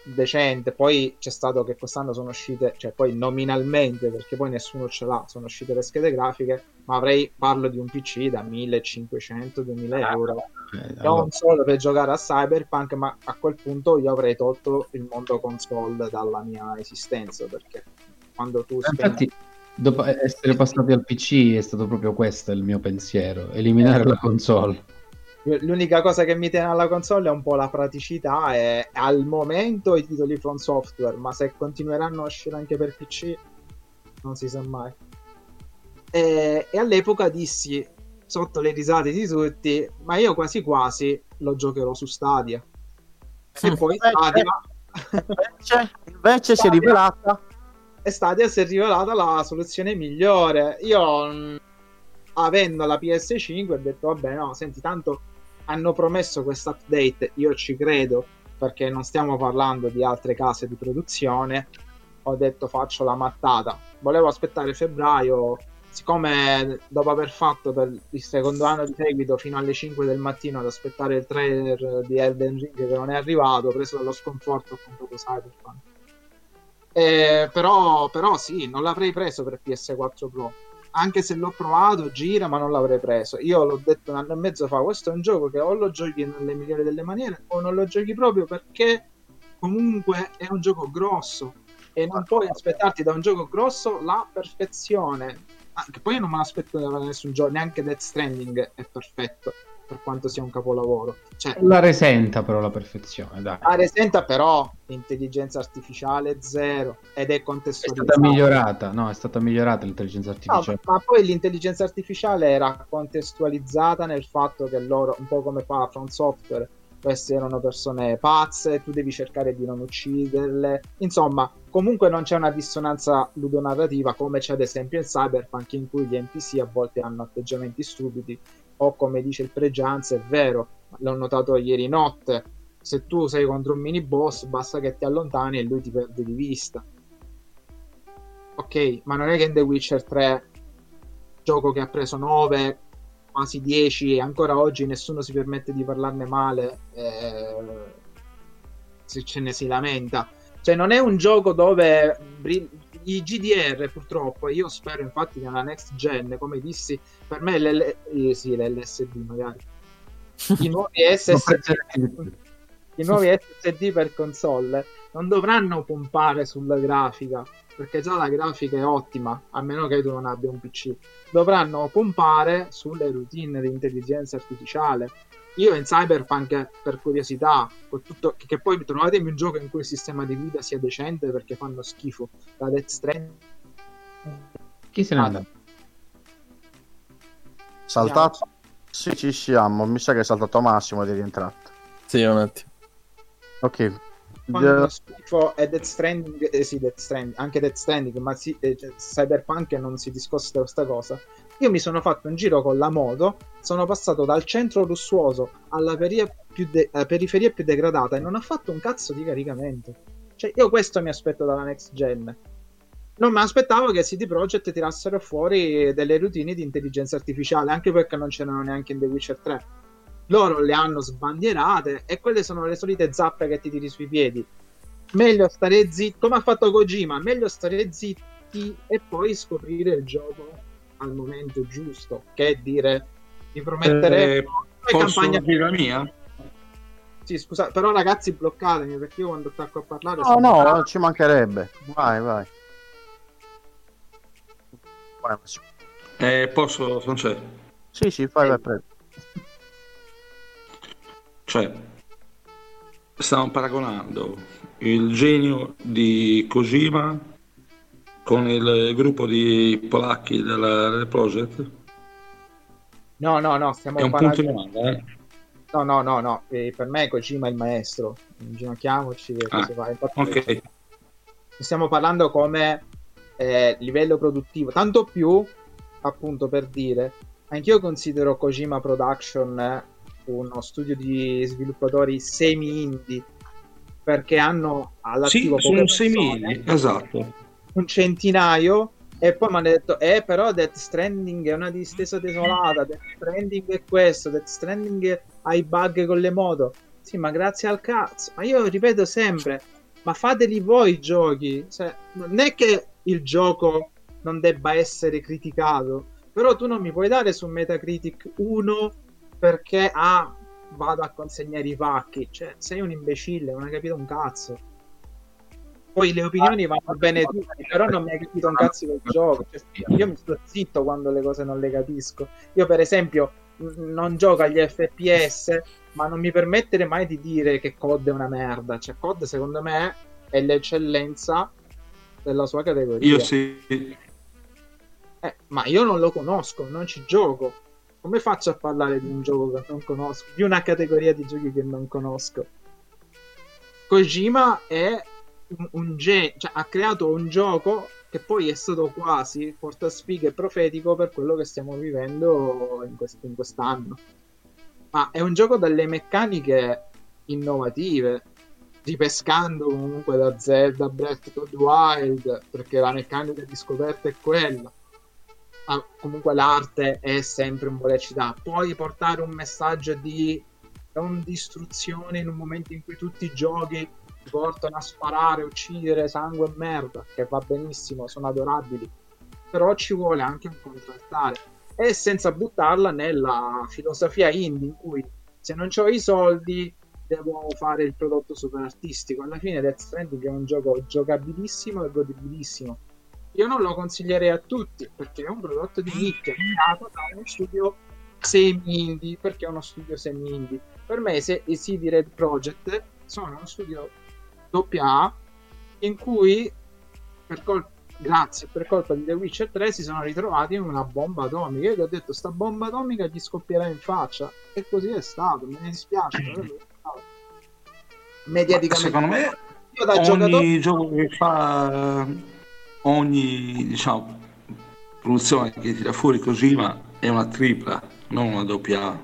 D: decente. Poi c'è stato che quest'anno sono uscite, cioè poi nominalmente, perché poi nessuno ce l'ha, sono uscite le schede grafiche, ma parlo di un PC da 1.500-2.000 euro, non solo per giocare a Cyberpunk, ma a quel punto io avrei tolto il mondo console dalla mia esistenza, perché quando tu spendi...
E: Infatti, dopo essere passati al PC è stato proprio questo il mio pensiero, eliminare la console.
D: L'unica cosa che mi tiene alla console è un po' la praticità e al momento i titoli From Software, ma se continueranno a uscire anche per PC non si sa mai. E all'epoca dissi, sotto le risate di tutti, ma io quasi quasi lo giocherò su Stadia. E poi
B: invece si è rivelata,
D: e Stadia si è rivelata la soluzione migliore. Io avendo la PS5 ho detto vabbè, no, senti, tanto hanno promesso questo update, io ci credo, perché non stiamo parlando di altre case di produzione. Ho detto faccio la mattata, volevo aspettare febbraio, siccome dopo aver fatto per il secondo anno di seguito fino alle 5 del mattino ad aspettare il trailer di Elden Ring che non è arrivato, preso dallo sconforto ho comprato Cyberpunk. Però sì, non l'avrei preso per PS4 Pro, anche se l'ho provato, gira, ma non l'avrei preso. Io l'ho detto un anno e mezzo fa, questo è un gioco che o lo giochi nelle migliori delle maniere o non lo giochi proprio, perché comunque è un gioco grosso e non puoi aspettarti da un gioco grosso la perfezione. Che poi io non me l'aspetto da nessun gioco, neanche Death Stranding è perfetto, per quanto sia un capolavoro. Cioè,
E: La resenta però la perfezione, dai.
D: la resenta, però l'intelligenza artificiale zero ed è
E: È
D: contestualizzata.
E: stata migliorata, no, è stata migliorata l'intelligenza
D: No,
E: artificiale.
D: ma poi l'intelligenza artificiale era contestualizzata nel fatto che loro, un po' come fa From Software, queste erano persone pazze, tu devi cercare di non ucciderle. Insomma, comunque non c'è una dissonanza ludonarrativa come c'è ad esempio in Cyberpunk, in cui gli NPC a volte hanno atteggiamenti stupidi, o come dice il Pregianza, è vero, l'ho notato ieri notte, se tu sei contro un mini boss basta che ti allontani e lui ti perde di vista. Ok, ma non è che in The Witcher 3, gioco che ha preso 9, quasi 10 e ancora oggi nessuno si permette di parlarne male, se ce ne si lamenta. Cioè non è un gioco dove i GDR, purtroppo, e io spero infatti nella next gen, come dissi, per me l'LSD magari i nuovi SSD per console non dovranno pompare sulla grafica, perché già la grafica è ottima, a meno che tu non abbia un PC. Dovranno pompare sulle routine di intelligenza artificiale. Io in Cyberpunk, per curiosità, con tutto, che poi trovatemi un gioco in cui il sistema di guida sia decente, perché fanno schifo. La Death Stranding.
E: Chi se ne andà?
B: saltato. Sì, ci siamo. Mi sa che è saltato Massimo ed è rientrato.
G: Sì, un attimo.
B: Ok.
D: Fanno schifo è Death Stranding, sì, Death Stranding, anche Death Stranding, ma sì, Cyberpunk non si discosta questa cosa. Io mi sono fatto un giro con la moto, sono passato dal centro lussuoso alla periferia più degradata e non ho fatto un cazzo di caricamento. Cioè, io questo mi aspetto dalla next gen. Non mi aspettavo che CD Projekt tirassero fuori delle routine di intelligenza artificiale, anche perché non c'erano neanche in The Witcher 3. Loro le hanno sbandierate e quelle sono le solite zappe che ti tiri sui piedi. Meglio stare zitti, come ha fatto Kojima, meglio stare zitti e poi scoprire il gioco al momento giusto, che dire, vi prometteremo
H: posso dire la mia?
D: Sì, scusa, però ragazzi bloccatemi, perché io quando attacco a parlare
B: no, ci mancherebbe. Vai.
H: Posso, Francesco?
B: Sì, vai, prego.
H: Cioè, stiamo paragonando il genio di Kojima con il gruppo di polacchi del Project?
D: No, stiamo
H: è un punto di domanda,
D: No, per me Kojima è il maestro, inginocchiamoci che cosa fa. Infatti,
H: ok.
D: stiamo parlando come livello produttivo, tanto più, appunto, per dire, anch'io considero Kojima Production uno studio di sviluppatori semi-indie, perché hanno all'attivo
H: sono semi-indie, esatto,
D: un centinaio, e poi mi hanno detto però Death Stranding è una distesa desolata, Death Stranding è questo, Death Stranding ha i bug con le moto. Sì, ma grazie al cazzo, ma io ripeto sempre, ma fateli voi i giochi. Cioè, non è che il gioco non debba essere criticato, però tu non mi puoi dare su Metacritic 1 perché vado a consegnare i pacchi. Cioè, sei un imbecille, non hai capito un cazzo. Poi le opinioni vanno bene tutte, però non mi hai capito un cazzo del gioco. Cioè, io mi sto zitto quando le cose non le capisco. Io per esempio non gioco agli FPS, ma non mi permettere mai di dire che COD è una merda. Cioè, COD secondo me è l'eccellenza della sua categoria.
H: Io sì.
D: Ma io non lo conosco, non ci gioco. Come faccio a parlare di un gioco che non conosco, di una categoria di giochi che non conosco? Kojima è un genio, cioè ha creato un gioco che poi è stato quasi portasfighe e profetico per quello che stiamo vivendo in quest'anno. Ma è un gioco dalle meccaniche innovative, ripescando comunque da Zelda Breath of the Wild, perché la meccanica di scoperta è quella. Comunque l'arte è sempre un volecità. Puoi portare un messaggio di non distruzione in un momento in cui tutti i giochi ti portano a sparare, uccidere, sangue e merda, che va benissimo, sono adorabili, però ci vuole anche un contraltare, e senza buttarla nella filosofia indie in cui se non ho i soldi devo fare il prodotto super artistico. Alla fine Death Stranding è un gioco giocabilissimo e godibilissimo. Io non lo consiglierei a tutti perché è un prodotto di nicchia creato da uno studio semi-indie. Perché è uno studio semi-indie? Per me i CD Red Project sono uno studio AA in cui per colpa di The Witcher 3 si sono ritrovati in una bomba atomica. Io gli ho detto sta bomba atomica gli scoppierà in faccia, e così è stato. Me ne dispiace, però mediaticamente
H: secondo me
D: io da
H: ogni
D: giocatore...
H: gioco che fa, ogni diciamo produzione che tira fuori Kojima è una tripla, non una doppia A.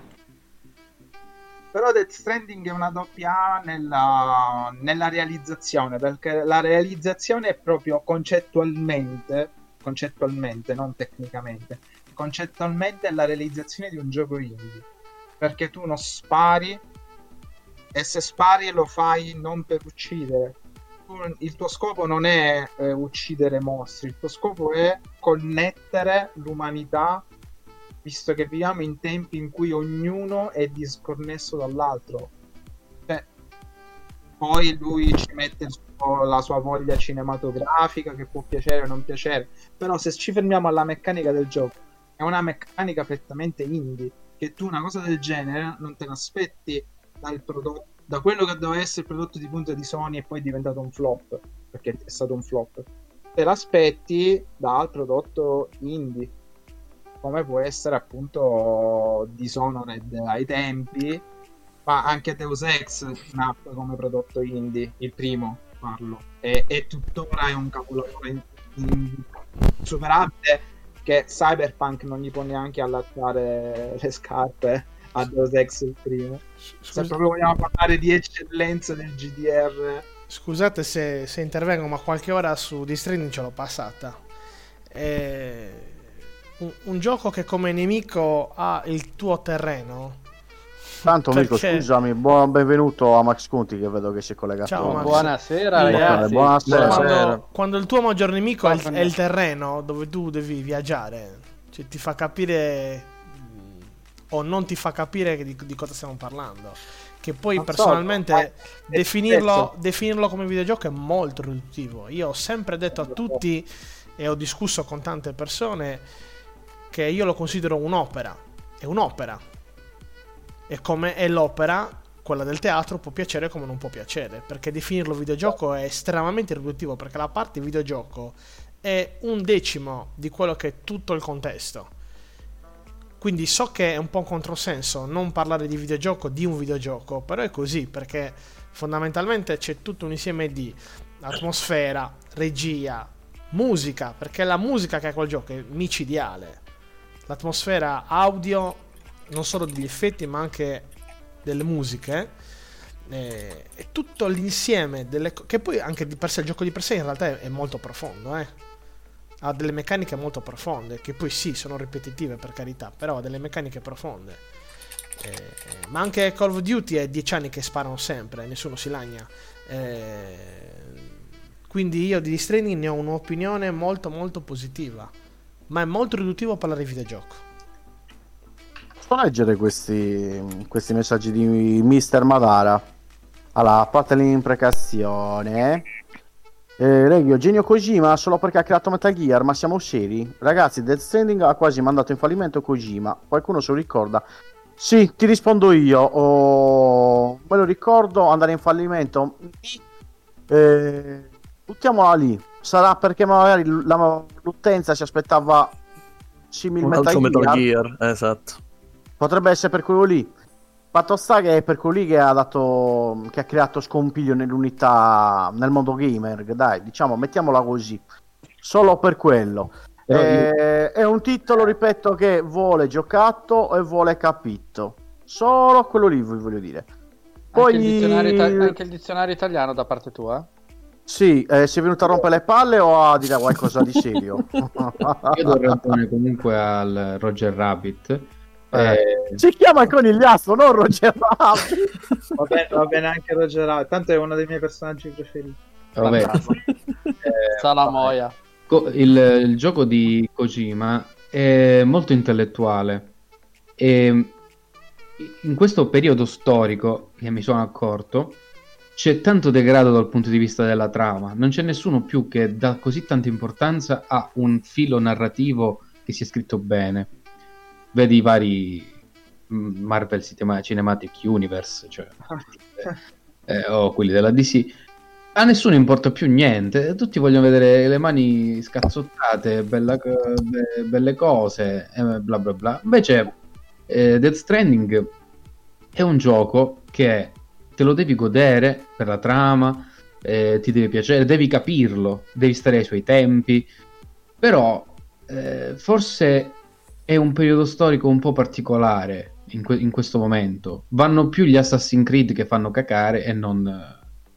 D: Però Death Stranding è una doppia A nella realizzazione, perché la realizzazione è proprio concettualmente, non tecnicamente, concettualmente è la realizzazione di un gioco indie, perché tu non spari, e se spari lo fai non per uccidere. Il tuo scopo non è uccidere mostri, il tuo scopo è connettere l'umanità, visto che viviamo in tempi in cui ognuno è disconnesso dall'altro. Poi lui ci mette la sua voglia cinematografica, che può piacere o non piacere, però se ci fermiamo alla meccanica del gioco, è una meccanica prettamente indie, che tu una cosa del genere non te l'aspetti dal prodotto, da quello che doveva essere il prodotto di punta di Sony e poi è diventato un flop, perché è stato un flop. Te l'aspetti dal prodotto indie, come può essere appunto Dishonored ai tempi, ma anche Deus Ex nacque come prodotto indie, il primo parlo, e tuttora è un capolavoro insuperabile, che Cyberpunk non gli può neanche allacciare le scarpe a Deus Ex il primo. Se proprio vogliamo parlare di eccellenza del GDR.
I: Scusate se intervengo, ma qualche ora su Death Stranding ce l'ho passata. Un gioco che come nemico ha il tuo terreno.
B: Tanto Mico, scusami, benvenuto a Max Conti, che vedo che si è collegato.
I: Ciao, Max.
G: Buonasera ragazzi.
B: Buonasera.
I: Quando il tuo maggior nemico è il terreno dove tu devi viaggiare, cioè ti fa capire o non ti fa capire di cosa stiamo parlando. Che poi personalmente definirlo come videogioco è molto riduttivo. Io ho sempre detto a tutti e ho discusso con tante persone che io lo considero un'opera. È un'opera. E come è l'opera, quella del teatro, può piacere come non può piacere, perché definirlo videogioco è estremamente riduttivo, perché la parte videogioco è 1/10 di quello che è tutto il contesto. Quindi so che è un po' un controsenso non parlare di videogioco, di un videogioco, però è così, perché fondamentalmente c'è tutto un insieme di atmosfera, regia, musica, perché è la musica che ha quel gioco è micidiale. L'atmosfera audio, non solo degli effetti ma anche delle musiche, e tutto l'insieme che poi anche di per sé il gioco di per sé in realtà è molto profondo, ha delle meccaniche molto profonde, che poi sì, sono ripetitive per carità, però ha delle meccaniche profonde, ma anche Call of Duty è 10 anni che sparano sempre, nessuno si lagna, Quindi io di Death Stranding ne ho un'opinione molto molto positiva, ma è molto riduttivo parlare di videogioco.
B: Posso leggere questi messaggi di Mr. Madara? Allora, a parte l'imprecazione, Regio, genio Kojima solo perché ha creato Metal Gear, ma siamo seri? Ragazzi, Death Stranding ha quasi mandato in fallimento Kojima. Qualcuno se lo ricorda? Sì, ti rispondo io. Me lo ricordo, andare in fallimento. Buttiamola lì. Sarà perché magari l'utenza si aspettava simile
G: Un altro Metal Gear, esatto.
B: Potrebbe essere per quello lì. Fatto sta che è per quello lì che ha creato scompiglio nell'unità, nel mondo gamer. Dai, diciamo, mettiamola così. Solo per quello. È un titolo, ripeto, che vuole giocato e vuole capito. Solo quello lì, vi voglio dire. Poi
J: Anche il dizionario italiano da parte tua?
B: Sì, si è venuto a rompere le palle o a dire qualcosa di serio?
E: Io do ragione comunque al Roger Rabbit.
B: Si chiama il conigliastro, non Roger Rabbit.
D: Va bene anche Roger Rabbit, tanto è uno dei miei personaggi preferiti.
E: Vabbè.
J: Salamoia.
E: Il gioco di Kojima è molto intellettuale e in questo periodo storico, che mi sono accorto, c'è tanto degrado dal punto di vista della trama. Non c'è nessuno più che dà così tanta importanza a un filo narrativo che sia scritto bene. Vedi i vari Marvel Cinematic Universe, cioè, o quelli della DC. A nessuno importa più niente, tutti vogliono vedere le mani scazzottate, belle cose, bla bla bla. Invece Death Stranding è un gioco che te lo devi godere per la trama, ti deve piacere, devi capirlo, devi stare ai suoi tempi, però forse è un periodo storico un po' particolare in questo momento. Vanno più gli Assassin's Creed che fanno cacare e non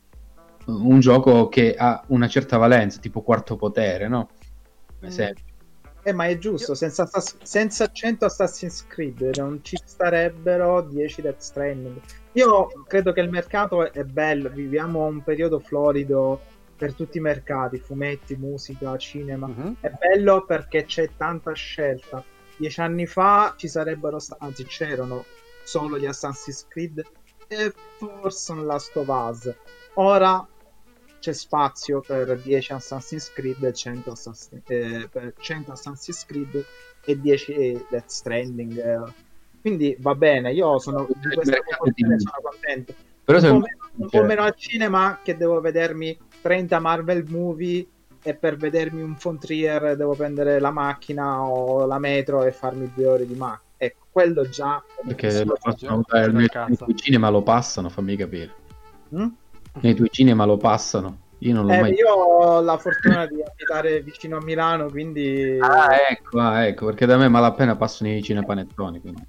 E: un gioco che ha una certa valenza, tipo Quarto Potere, no? Per esempio.
D: Ma è giusto, senza 100 Assassin's Creed non ci starebbero 10 Death Stranding. Io credo che il mercato è bello, viviamo un periodo florido per tutti i mercati, fumetti, musica, cinema. È bello perché c'è tanta scelta. 10 anni fa ci sarebbero anzi c'erano solo gli Assassin's Creed e forse un Last of Us. Ora c'è spazio per 10 Assassin's Creed e 100 Assassin's Creed e 10 Death Stranding. Quindi va bene, io sono di questa proporzione sono contento. Però un po' meno al cinema, che devo vedermi 30 Marvel movie e per vedermi un Von Trier devo prendere la macchina o la metro e farmi 2 ore di macchina. Ecco, quello già
E: perché nei tuoi cinema lo passano, fammi capire. Nei tuoi cinema lo passano. Io non l'ho mai.
D: Io ho la fortuna di abitare vicino a Milano, quindi
E: ecco, perché da me malapena passano i cinepanettoni, quindi.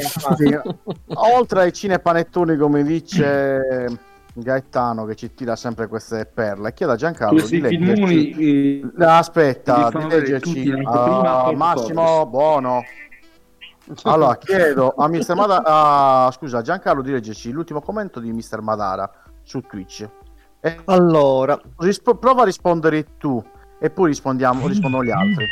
B: Oltre ai cinepanettoni, come dice Gaetano, che ci tira sempre queste perle, chiedo a Giancarlo di leggerci. Aspetta, di leggerci Massimo Buono. Allora chiedo a Mr. Madara, scusa, Giancarlo, di leggerci l'ultimo commento di Mr. Madara su Twitch.
C: Allora
B: prova a rispondere tu e poi rispondono gli altri.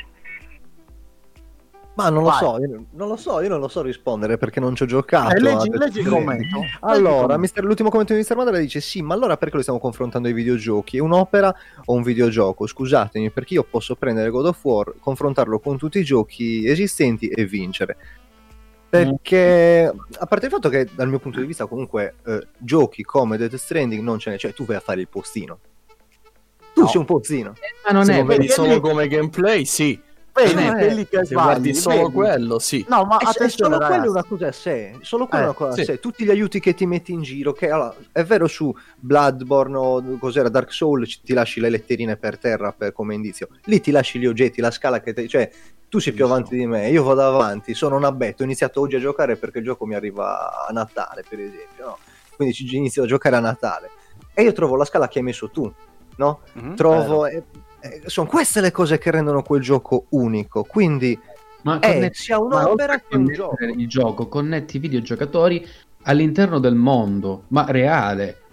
C: Ma non lo so, io non lo so rispondere perché non ci ho giocato.
B: Leggi il commento.
C: Allora, l'ultimo commento di Mr. Madara dice: sì, ma allora perché lo stiamo confrontando ai videogiochi? È un'opera o un videogioco? Scusatemi, perché io posso prendere God of War, confrontarlo con tutti i giochi esistenti e vincere. Perché, a parte il fatto che dal mio punto di vista comunque giochi come Death Stranding non ce n'è, cioè tu vai a fare il postino. Tu sei un postino.
G: Ma non è, vedi solo come gameplay, sì.
B: Quelli che
G: guardi solo quello, sì.
B: No, ma
C: solo quello è una cosa a sé. Solo quello è una cosa a sé. Tutti gli aiuti che ti metti in giro, che allora, è vero, su Bloodborne o cos'era Dark Souls ti lasci le letterine per terra come indizio. Lì ti lasci gli oggetti, la scala che cioè tu sei più avanti di me, io vado avanti, sono un abbetto, ho iniziato oggi a giocare perché il gioco mi arriva a Natale, per esempio, no? Quindi inizio a giocare a Natale e io trovo la scala che hai messo tu, no? Trovo sono queste le cose che rendono quel gioco unico, quindi sia un'opera che un gioco.
E: Il gioco connetti i videogiocatori all'interno del mondo, ma reale.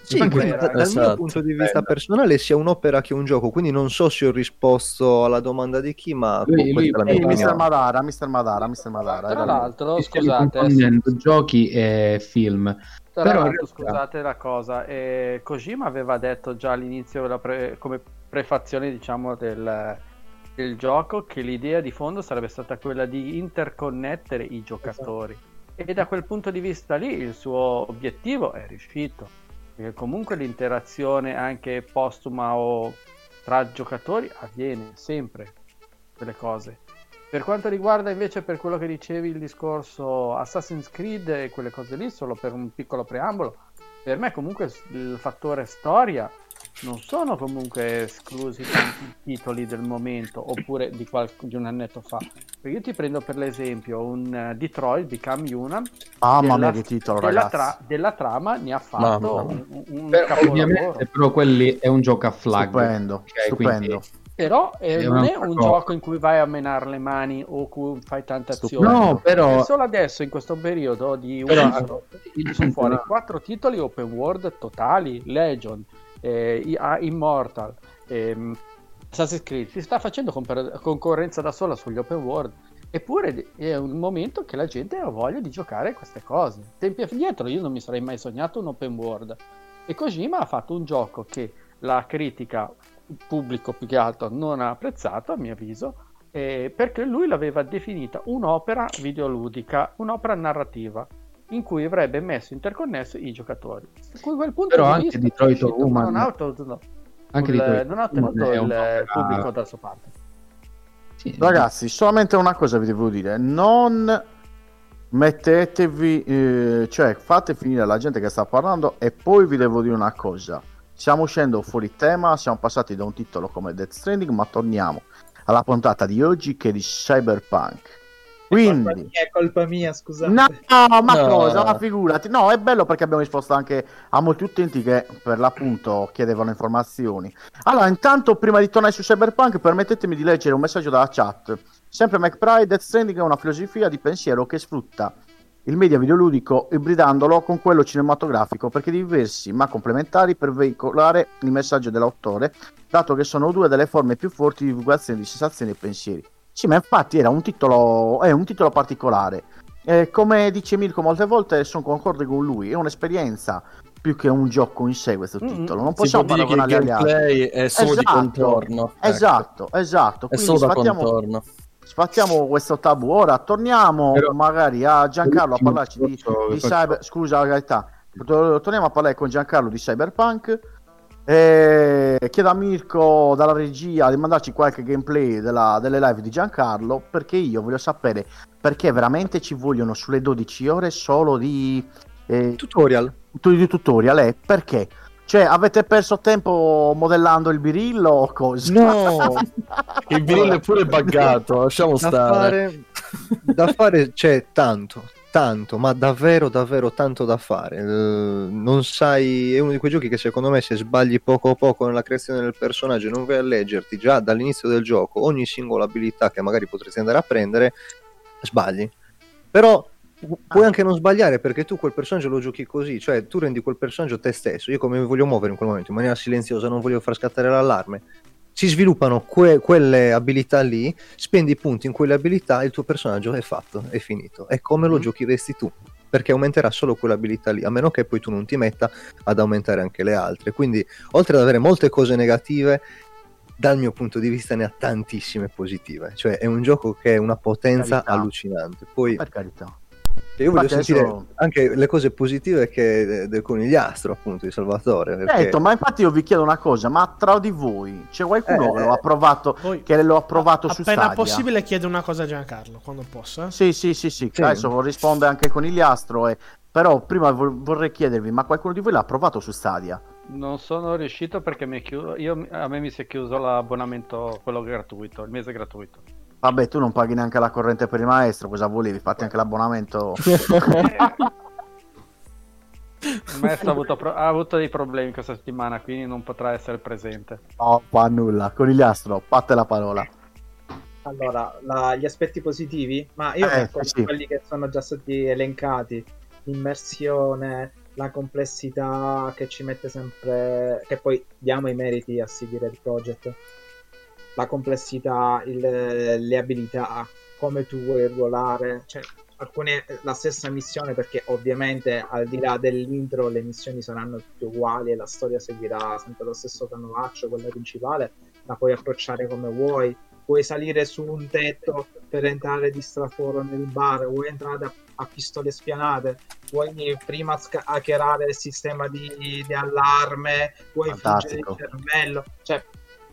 C: Sì, quindi dal mio punto di vista personale sia un'opera che un gioco, quindi non so se ho risposto alla domanda di chi, ma questa è la mia opinione.
B: Mr. Madara.
J: Tra l'altro,
E: scusate, giochi e film.
J: Scusate la cosa, Kojima aveva detto già all'inizio come prefazione, diciamo, del gioco, che l'idea di fondo sarebbe stata quella di interconnettere i giocatori, e da quel punto di vista lì il suo obiettivo è riuscito. Perché comunque l'interazione anche postuma o tra giocatori avviene sempre, quelle cose. Per quanto riguarda invece, per quello che dicevi, il discorso Assassin's Creed e quelle cose lì, solo per un piccolo preambolo, per me comunque il fattore storia non sono comunque esclusi tanti titoli del momento, oppure di un annetto fa. Perché io ti prendo per l'esempio un Detroit Become Human.
B: Mamma mia, che titolo, ragazzi.
J: Della trama ne ha fatto un
E: capolavoro. Ovviamente, però quelli è un gioco a flag.
B: Stupendo.
J: Quindi, però non è un gioco in cui vai a menare le mani o cui fai tante azioni.
E: No, però
J: solo adesso, in questo periodo di sono fuori 4 titoli open world totali: Legion, Immortal, Assassin's Creed. Si sta facendo concorrenza da sola sugli open world, eppure è un momento che la gente ha voglia di giocare a queste cose. Tempi addietro io non mi sarei mai sognato un open world, e Kojima ha fatto un gioco che la critica, pubblico più che altro, non ha apprezzato, a mio avviso, perché lui l'aveva definita un'opera videoludica, un'opera narrativa in cui avrebbe messo interconnesso i giocatori. Su quel punto
E: però
J: di
E: anche
J: vista
E: Detroit Human
J: non ha tenuto il pubblico dalla sua parte.
B: Sì, ragazzi, solamente una cosa vi devo dire: non mettetevi, cioè fate finire la gente che sta parlando, e poi vi devo dire una cosa. Stiamo uscendo fuori tema, siamo passati da un titolo come Death Stranding, ma torniamo alla puntata di oggi, che è di Cyberpunk. Quindi
D: è colpa mia, scusate.
B: No, cosa? Ma figurati. No, è bello perché abbiamo risposto anche a molti utenti che per l'appunto chiedevano informazioni. Allora, intanto, prima di tornare su Cyberpunk, permettetemi di leggere un messaggio dalla chat. Sempre McPride: Death Stranding è una filosofia di pensiero che sfrutta il media videoludico ibridandolo con quello cinematografico, perché diversi ma complementari per veicolare il messaggio dell'autore, dato che sono due delle forme più forti di divulgazione di sensazioni e pensieri. Sì, ma infatti è un titolo particolare. Come dice Mirko molte volte, sono concorde con lui, è un'esperienza più che un gioco in sé questo titolo. Non possiamo paragonare agli altri.
G: Il gameplay è solo di contorno.
B: Esatto.
G: È solo da contorno.
B: Sfattiamo questo tabù. Ora torniamo magari a Giancarlo a parlarci di Cyber. Scusa la verità. Torniamo a parlare con Giancarlo di Cyberpunk. Chiedo a Mirko dalla regia di mandarci qualche gameplay delle live di Giancarlo, perché io voglio sapere perché veramente ci vogliono sulle 12 ore solo di
C: tutorial.
B: Di tutorial, perché? Cioè, avete perso tempo modellando il birillo o cosa?
G: No, il birillo è pure buggato, lasciamo stare.
C: Da fare c'è tanto, ma davvero tanto da fare. Non sai, è uno di quei giochi che secondo me, se sbagli poco nella creazione del personaggio e non vai a leggerti già dall'inizio del gioco ogni singola abilità che magari potresti andare a prendere, sbagli. Però puoi anche non sbagliare, perché tu quel personaggio lo giochi così, cioè tu rendi quel personaggio te stesso. Io come mi voglio muovere in quel momento in maniera silenziosa, non voglio far scattare l'allarme. Si sviluppano quelle abilità lì, spendi punti in quelle abilità, il tuo personaggio è fatto, è finito. È come lo giochiresti tu, perché aumenterà solo quell'abilità lì, a meno che poi tu non ti metta ad aumentare anche le altre. Quindi, oltre ad avere molte cose negative, dal mio punto di vista ne ha tantissime positive. Cioè è un gioco che è una potenza allucinante. Poi,
B: per carità,
C: io voglio sentire anche le cose positive del conigliastro, appunto, di Salvatore. Perché...
B: ma infatti io vi chiedo una cosa: ma tra di voi c'è qualcuno che lo ha provato, che lo ha provato su Stadia?
I: Appena possibile chiedo una cosa a Giancarlo, quando posso.
B: Sì. Adesso risponde anche il conigliastro, però prima vorrei chiedervi: ma qualcuno di voi l'ha provato su Stadia?
J: Non sono riuscito perché a me mi si è chiuso l'abbonamento, quello gratuito, il mese gratuito.
B: Vabbè, tu non paghi neanche la corrente per il maestro, cosa volevi? Fatti anche l'abbonamento.
J: Il maestro ha avuto dei problemi questa settimana, quindi non potrà essere presente.
B: No, fa nulla. Conigliastro, patte la parola.
D: Allora, gli aspetti positivi, ma io quelli che sono già stati elencati: l'immersione, la complessità che ci mette sempre, che poi diamo i meriti a CD Red Project, la complessità, le abilità, come tu vuoi ruolare, cioè alcune la stessa missione, perché ovviamente al di là dell'intro le missioni saranno tutte uguali e la storia seguirà sempre lo stesso canovaccio, quella principale la puoi approcciare come vuoi. Puoi salire su un tetto per entrare di straforo nel bar, vuoi entrare a pistole spianate, vuoi prima hackerare il sistema di allarme, vuoi friggere il cervello, cioè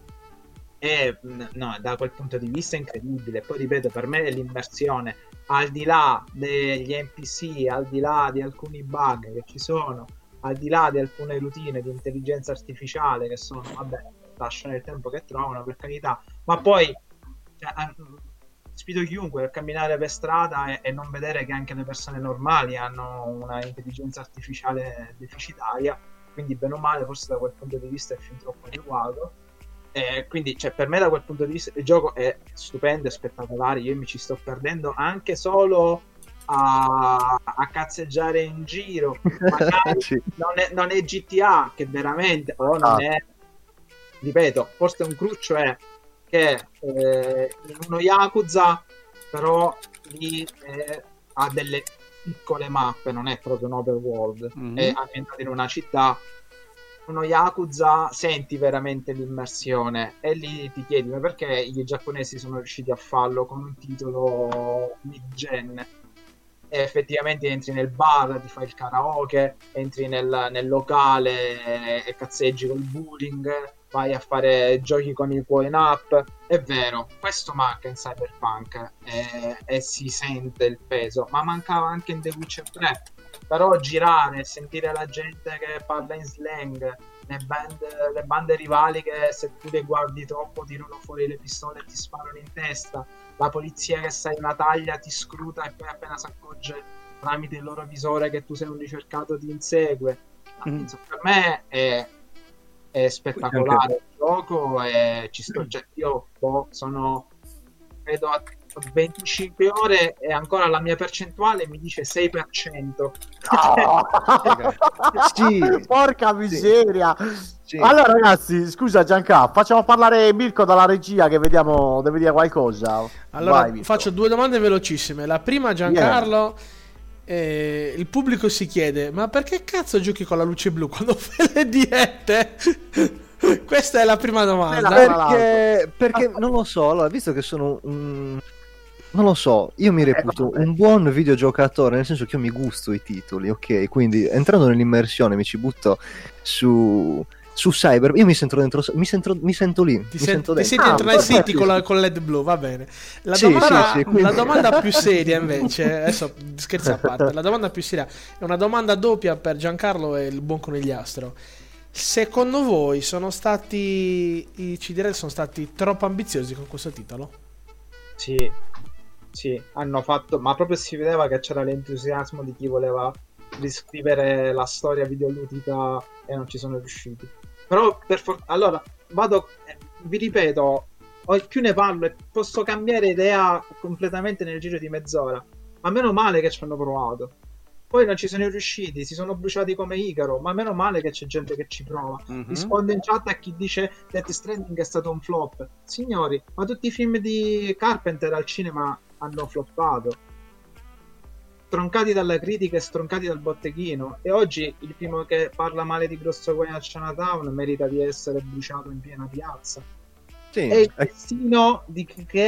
D: no, da quel punto di vista è incredibile. Poi ripeto, per me è l'immersione, al di là degli NPC, al di là di alcuni bug che ci sono, al di là di alcune routine di intelligenza artificiale che sono, vabbè, lasciano il tempo che trovano, per carità, ma poi cioè, sfido chiunque a camminare per strada e non vedere che anche le persone normali hanno una intelligenza artificiale deficitaria, quindi bene o male forse da quel punto di vista è fin troppo adeguato. Quindi cioè, per me da quel punto di vista il gioco è stupendo, è spettacolare, io mi ci sto perdendo anche solo a cazzeggiare in giro. Magari sì. non è GTA che veramente non è, ripeto, forse un cruccio è che in uno Yakuza però lì ha delle piccole mappe, non è proprio un open world, è ambientato in una città. Uno Yakuza senti veramente l'immersione e lì ti chiedi ma perché i giapponesi sono riusciti a farlo con un titolo mid-gen, e effettivamente entri nel bar, ti fai il karaoke, entri nel locale e cazzeggi col bowling, vai a fare giochi con il coin up. È vero, questo manca in Cyberpunk e si sente il peso, ma mancava anche in The Witcher 3. Però girare, sentire la gente che parla in slang, le bande rivali che se tu le guardi troppo tirano fuori le pistole e ti sparano in testa, la polizia che sai una taglia ti scruta e poi appena si accorge tramite il loro visore che tu sei un ricercato ti insegue. Per me è spettacolare il gioco e ci sto, cioè, io sono credo a 25 ore e ancora la mia percentuale mi dice 6%.
B: Sì, porca miseria. Sì. Allora ragazzi, scusa Gianca, facciamo parlare Mirko dalla regia che vediamo, deve dire qualcosa.
I: Allora faccio 2 domande velocissime. La prima, Giancarlo, il pubblico si chiede ma perché cazzo giochi con la luce blu quando fai le diete? Questa è la prima domanda.
C: Perché non lo so, allora, visto che sono non lo so, io mi reputo un buon videogiocatore, nel senso che io mi gusto i titoli, ok? Quindi entrando nell'immersione mi ci butto su Cyber, io mi sento dentro, mi sento lì,
I: ti senti dentro Night City con LED blu, va bene. La domanda più seria invece, adesso scherzi a parte, la domanda più seria è una domanda doppia per Giancarlo e il buon conigliastro. Secondo voi i CD sono stati troppo ambiziosi con questo titolo?
D: Sì, hanno fatto, ma proprio si vedeva che c'era l'entusiasmo di chi voleva riscrivere la storia videoludica e non ci sono riusciti. Però allora vi ripeto, più ne parlo e posso cambiare idea completamente nel giro di mezz'ora, ma meno male che ci hanno provato. Poi non ci sono riusciti, si sono bruciati come Icaro, ma meno male che c'è gente che ci prova. Rispondo in chat a chi dice Death Stranding è stato un flop. Signori, ma tutti i film di Carpenter al cinema hanno floppato, troncati dalla critica e stroncati dal botteghino, e oggi il primo che parla male di Grosso Guai a Chinatown merita di essere bruciato in piena piazza. Sì, è il destino di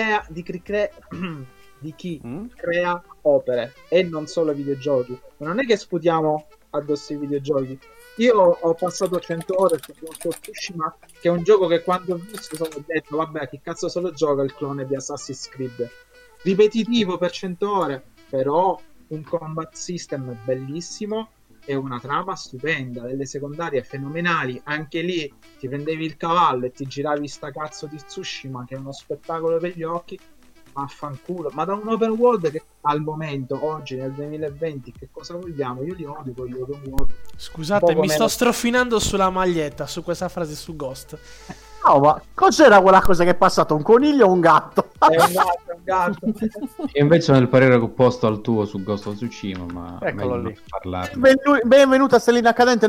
D: chi crea opere e non solo videogiochi. Ma non è che sputiamo addosso ai videogiochi. Io ho passato 100 ore su Ghost of Tsushima, che è un gioco che quando ho visto sono detto vabbè, chi cazzo se lo gioca il clone di Assassin's Creed, ripetitivo per 100 ore, però un combat system bellissimo e una trama stupenda, delle secondarie fenomenali. Anche lì ti prendevi il cavallo e ti giravi sta cazzo di Tsushima, che è uno spettacolo per gli occhi. Affanculo, ma da un open world che al momento, oggi nel 2020, che cosa vogliamo? Io li odio con gli open world.
I: Scusate, mi sto strofinando sulla maglietta su questa frase su Ghost.
B: No, ma cos'era quella cosa che è passato? Un coniglio o un gatto?
D: È un gatto.
E: E invece nel parere opposto al tuo su Ghost of Tsushima, ma
J: Eccolo
E: meglio
J: lì.
E: non parlarne.
B: Benvenuta Stellina Cadente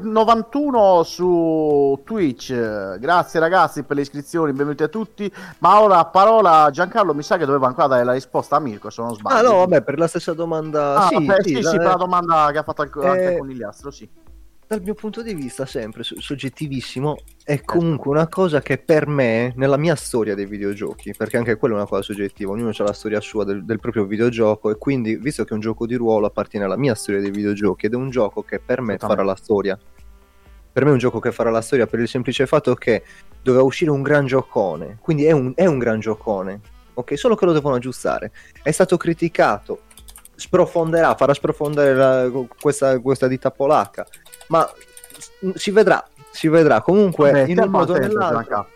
B: 91 su Twitch. Grazie ragazzi per le iscrizioni, benvenuti a tutti. Ma ora parola Giancarlo, mi sa che doveva ancora dare la risposta a Mirko, se non sbaglio.
C: Ah no, vabbè, per la stessa domanda.
B: Ah,
C: sì,
B: per la domanda che ha fatto anche
C: Eh,
B: Conigliastro, sì.
C: Dal mio punto di vista, sempre soggettivissimo, è comunque una cosa che per me, nella mia storia dei videogiochi, perché anche quella è una cosa soggettiva, ognuno ha la storia sua del proprio videogioco, e quindi, visto che è un gioco di ruolo, appartiene alla mia storia dei videogiochi, ed è un gioco che per me farà la storia. Per me è un gioco che farà la storia per il semplice fatto che doveva uscire un gran giocone, quindi è un gran giocone, ok? Solo che lo devono aggiustare. È stato criticato, farà sprofondare questa ditta polacca, ma si vedrà. Comunque,
B: Vabbè,
C: in un modo o nell'altro,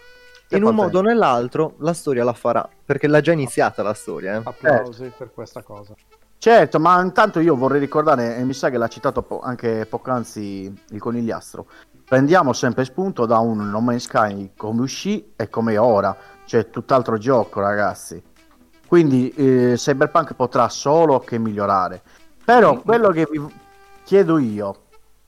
C: o nell'altro, la storia la farà, perché l'ha già iniziata la storia.
J: Applausi per questa cosa.
B: Certo, ma intanto io vorrei ricordare, e mi sa che l'ha citato anche poc'anzi il Conigliastro, prendiamo sempre spunto da un No Man's Sky come uscì e come è ora, cioè tutt'altro gioco, ragazzi. Quindi Cyberpunk potrà solo che migliorare. Però quello che vi chiedo io,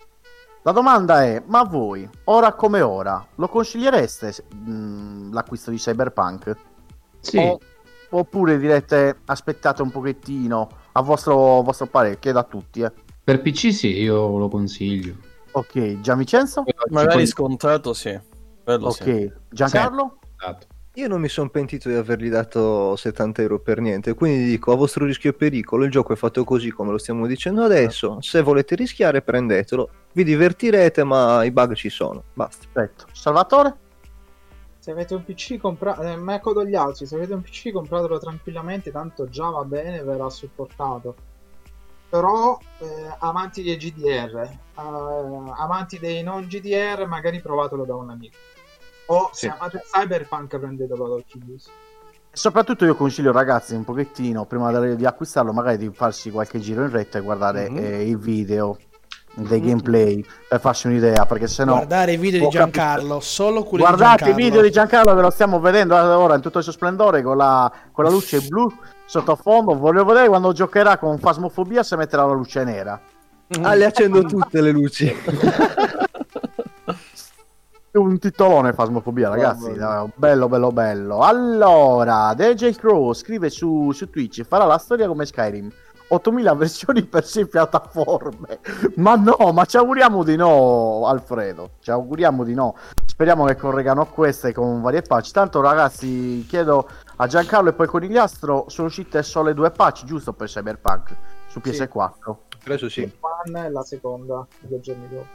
B: la domanda è, ma voi, ora come ora, lo consigliereste l'acquisto di Cyberpunk?
E: Sì.
B: Oppure direte aspettate un pochettino, a vostro parere, chiedo a tutti.
E: Per PC sì, io lo consiglio.
B: Ok, Gianvincenzo?
G: Magari scontato, sì. Quello
B: Ok,
G: sì.
B: Giancarlo?
C: Io non mi sono pentito di avergli dato 70 euro per niente, quindi dico a vostro rischio e pericolo, il gioco è fatto così come lo stiamo dicendo adesso, se volete rischiare prendetelo, vi divertirete ma i bug ci sono, basta.
B: Perfetto. Salvatore?
D: Se avete un PC comprato, me codo gli altri, se avete un PC compratelo tranquillamente, tanto già va bene, verrà supportato. Però amanti dei GDR, amanti dei non GDR, magari provatelo da un amico. O se amate Cyberpunk prendetelo da Oculus.
B: Soprattutto io consiglio ragazzi un pochettino, prima di acquistarlo, magari di farsi qualche giro in retta e guardare i video dei gameplay per farsi un'idea, perché sennò
I: guardare i video di Giancarlo, solo quelli
B: guardate
I: di Giancarlo.
B: i video di Giancarlo che lo stiamo vedendo ora in tutto il suo splendore con la luce blu sottofondo. Voglio vedere quando giocherà con Phasmophobia se metterà la luce nera.
C: Ah, le accendo tutte le luci.
B: Un titolone Phasmophobia, ragazzi. Bello. Allora, DJ Crow scrive su Twitch: farà la storia come Skyrim, 8000 versioni per 6 piattaforme. Ma no, ma ci auguriamo di no, Alfredo. Ci auguriamo di no. Speriamo che correggano queste con varie patch. Tanto, ragazzi, chiedo a Giancarlo e poi Conigliastro: sono uscite solo 2 patch, giusto, per Cyberpunk su PS4?
C: Adesso sì.
D: One e la seconda 2 giorni dopo.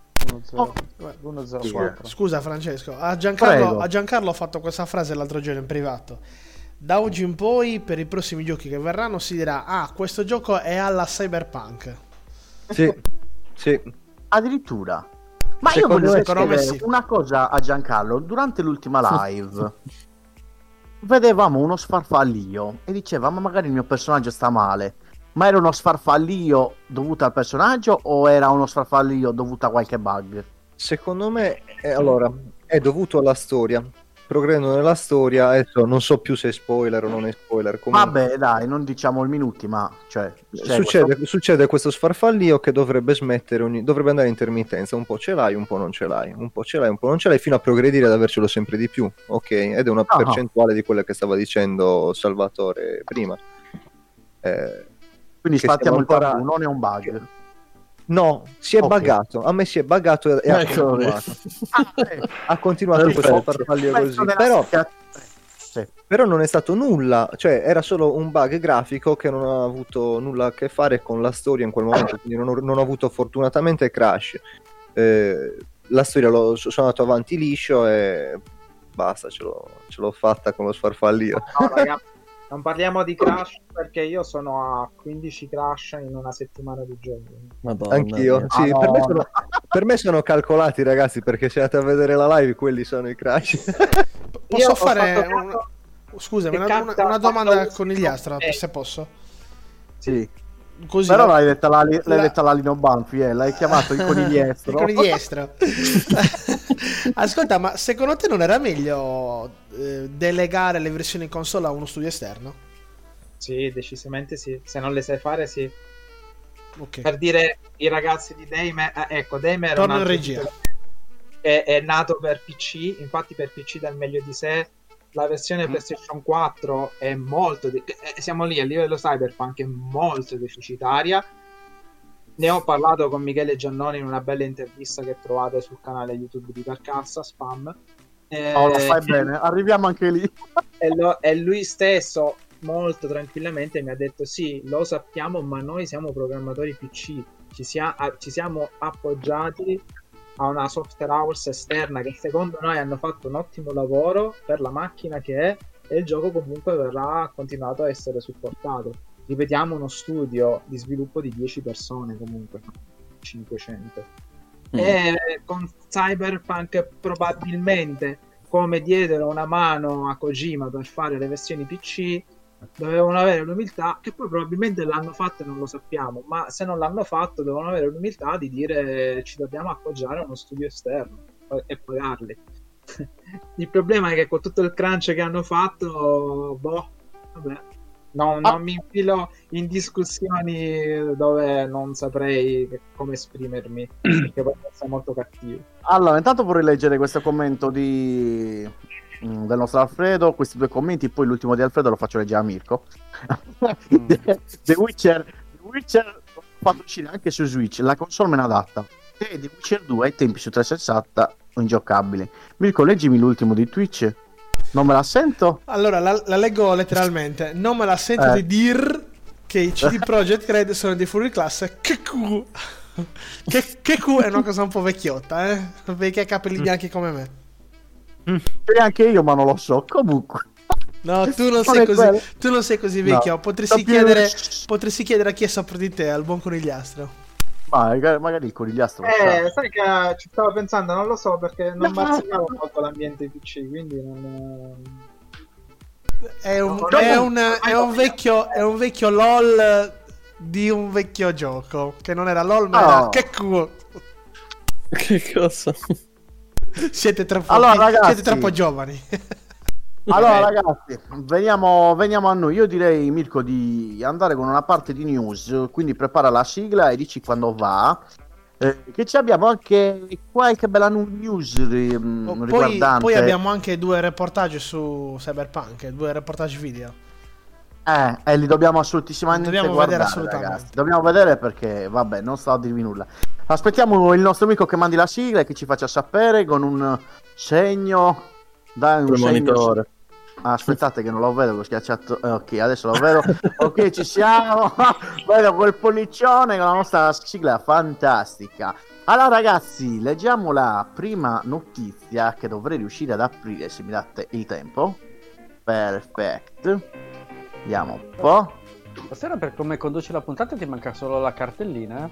J: 104.
I: Scusa Francesco, a
B: Prego.
I: Giancarlo ho fatto questa frase l'altro giorno in privato. Da oggi in poi, per i prossimi giochi che verranno, si dirà: ah, questo gioco è alla Cyberpunk.
C: Sì.
B: Addirittura. Ma io
I: Secondo
B: voglio
I: me
B: chiedere
I: sì.
B: una cosa a Giancarlo. Durante l'ultima live vedevamo uno sfarfallio e diceva: ma magari il mio personaggio sta male. Ma era uno sfarfallio dovuto al personaggio o era uno sfarfallio dovuto a qualche bug?
C: Secondo me allora è dovuto alla storia. Progredendo nella storia, adesso non so più se è spoiler o non è spoiler. Comunque,
B: Vabbè, dai, non diciamo i minuti, ma cioè,
C: succede questo sfarfallio che dovrebbe smettere, dovrebbe andare in intermittenza. Un po' ce l'hai, un po' non ce l'hai, un po' ce l'hai, un po' non ce l'hai, fino a progredire ad avercelo sempre di più, ok? Ed è una percentuale di quella che stava dicendo Salvatore prima.
B: Quindi
C: che
B: spattiamo il
C: ancora...
B: tabù, non è un bug.
C: No, si è buggato. A me si è buggato e ha continuato. Ha continuato questo sfarfallio così. Però non è stato nulla, cioè era solo un bug grafico che non ha avuto nulla a che fare con la storia in quel momento, quindi non ho avuto fortunatamente crash. La storia sono andato avanti liscio e basta, ce l'ho fatta con lo sfarfallio.
D: No, ragazzi, non parliamo di crash perché io sono a 15 crash in una settimana di giochi.
G: Madonna.
C: Anch'io, sì, per me sono calcolati, ragazzi, perché se andate a vedere la live quelli sono i crash.
I: Posso fare scusami, una domanda con Conigliastro, se posso?
B: Sì.
I: così.
B: Però l'hai detta la Lino Banfi, l'hai chiamato il conigliestro.
I: Il conigliestro. Ascolta, ma secondo te non era meglio delegare le versioni console a uno studio esterno?
D: Sì, decisamente sì. Se non le sai fare, sì.
I: Okay.
D: Per dire, i ragazzi di Daymare, ecco, Daymare
I: torno in regia.
D: È nato per PC, infatti per PC dal meglio di sé. La versione PlayStation 4 è molto siamo lì a livello Cyberpunk, è molto deficitaria. Ne ho parlato con Michele Giannoni in una bella intervista che trovate sul canale YouTube di Carcassa Spam.
B: Lo fai bene, arriviamo anche lì.
D: E lui stesso molto tranquillamente mi ha detto: sì, lo sappiamo, ma noi siamo programmatori PC, ci siamo appoggiati a una software house esterna che secondo noi hanno fatto un ottimo lavoro per la macchina che è, e il gioco comunque verrà continuato a essere supportato. Ripetiamo, uno studio di sviluppo di 10 persone, comunque 500. E con Cyberpunk probabilmente, come diedero una mano a Kojima per fare le versioni PC, dovevano avere l'umiltà, che poi probabilmente l'hanno fatto e non lo sappiamo, ma se non l'hanno fatto dovevano avere l'umiltà di dire: ci dobbiamo appoggiare a uno studio esterno e pagarli. Il problema è che con tutto il crunch che hanno fatto, vabbè, non mi infilo in discussioni dove non saprei come esprimermi, perché poi sono molto cattivo.
B: Allora, intanto vorrei leggere questo commento del nostro Alfredo, questi due commenti, poi l'ultimo di Alfredo lo faccio leggere a Mirko. The Witcher l'ho fatto uscire anche su Switch, la console me ne adatta, e The Witcher 2 ai tempi su 360 ingiocabili. Mirko, leggimi l'ultimo di Twitch. Non me la sento?
I: Allora, la leggo letteralmente. Non me la sento di dir che i CD Projekt Red sono dei fuori classe. Che cu è una cosa un po' vecchiotta, perché ha capelli bianchi come me.
B: E anche io, ma non lo so. Comunque.
I: No, tu non sei così. Tu non sei così vecchio. No, potresti chiedere a chi è sopra di te, al buon conigliastro.
B: Magari il conigliastro.
D: Sai che ci stavo pensando, non lo so, perché non barzicavo molto l'ambiente PC, quindi non.
I: È un vecchio LOL di un vecchio gioco che non era LOL, ma era che culo.
G: Che cosa?
I: Siete troppo,
B: ragazzi,
I: siete troppo giovani.
B: Allora ragazzi, veniamo a noi. Io direi, Mirko, di andare con una parte di news, quindi prepara la sigla e dici quando va, che ci abbiamo anche qualche bella news riguardante.
I: Poi abbiamo anche 2 reportage su Cyberpunk, 2 reportage video.
B: E li dobbiamo assolutissimamente
I: vedere assolutamente.
B: Ragazzi. Dobbiamo vedere, perché vabbè, non sto a dirvi nulla. Aspettiamo il nostro amico che mandi la sigla e che ci faccia sapere con un segno. Dai un
G: monitor.
B: Aspettate che non lo vedo, ho schiacciato. Ok, adesso lo vedo. Ok, ci siamo. Vedo quel pollicione con la nostra sigla fantastica. Allora ragazzi, leggiamo la prima notizia che dovrei riuscire ad aprire, se mi date il tempo. Perfetto. Vediamo un po'.
J: Stasera, per come conduci la puntata, ti manca solo la cartellina.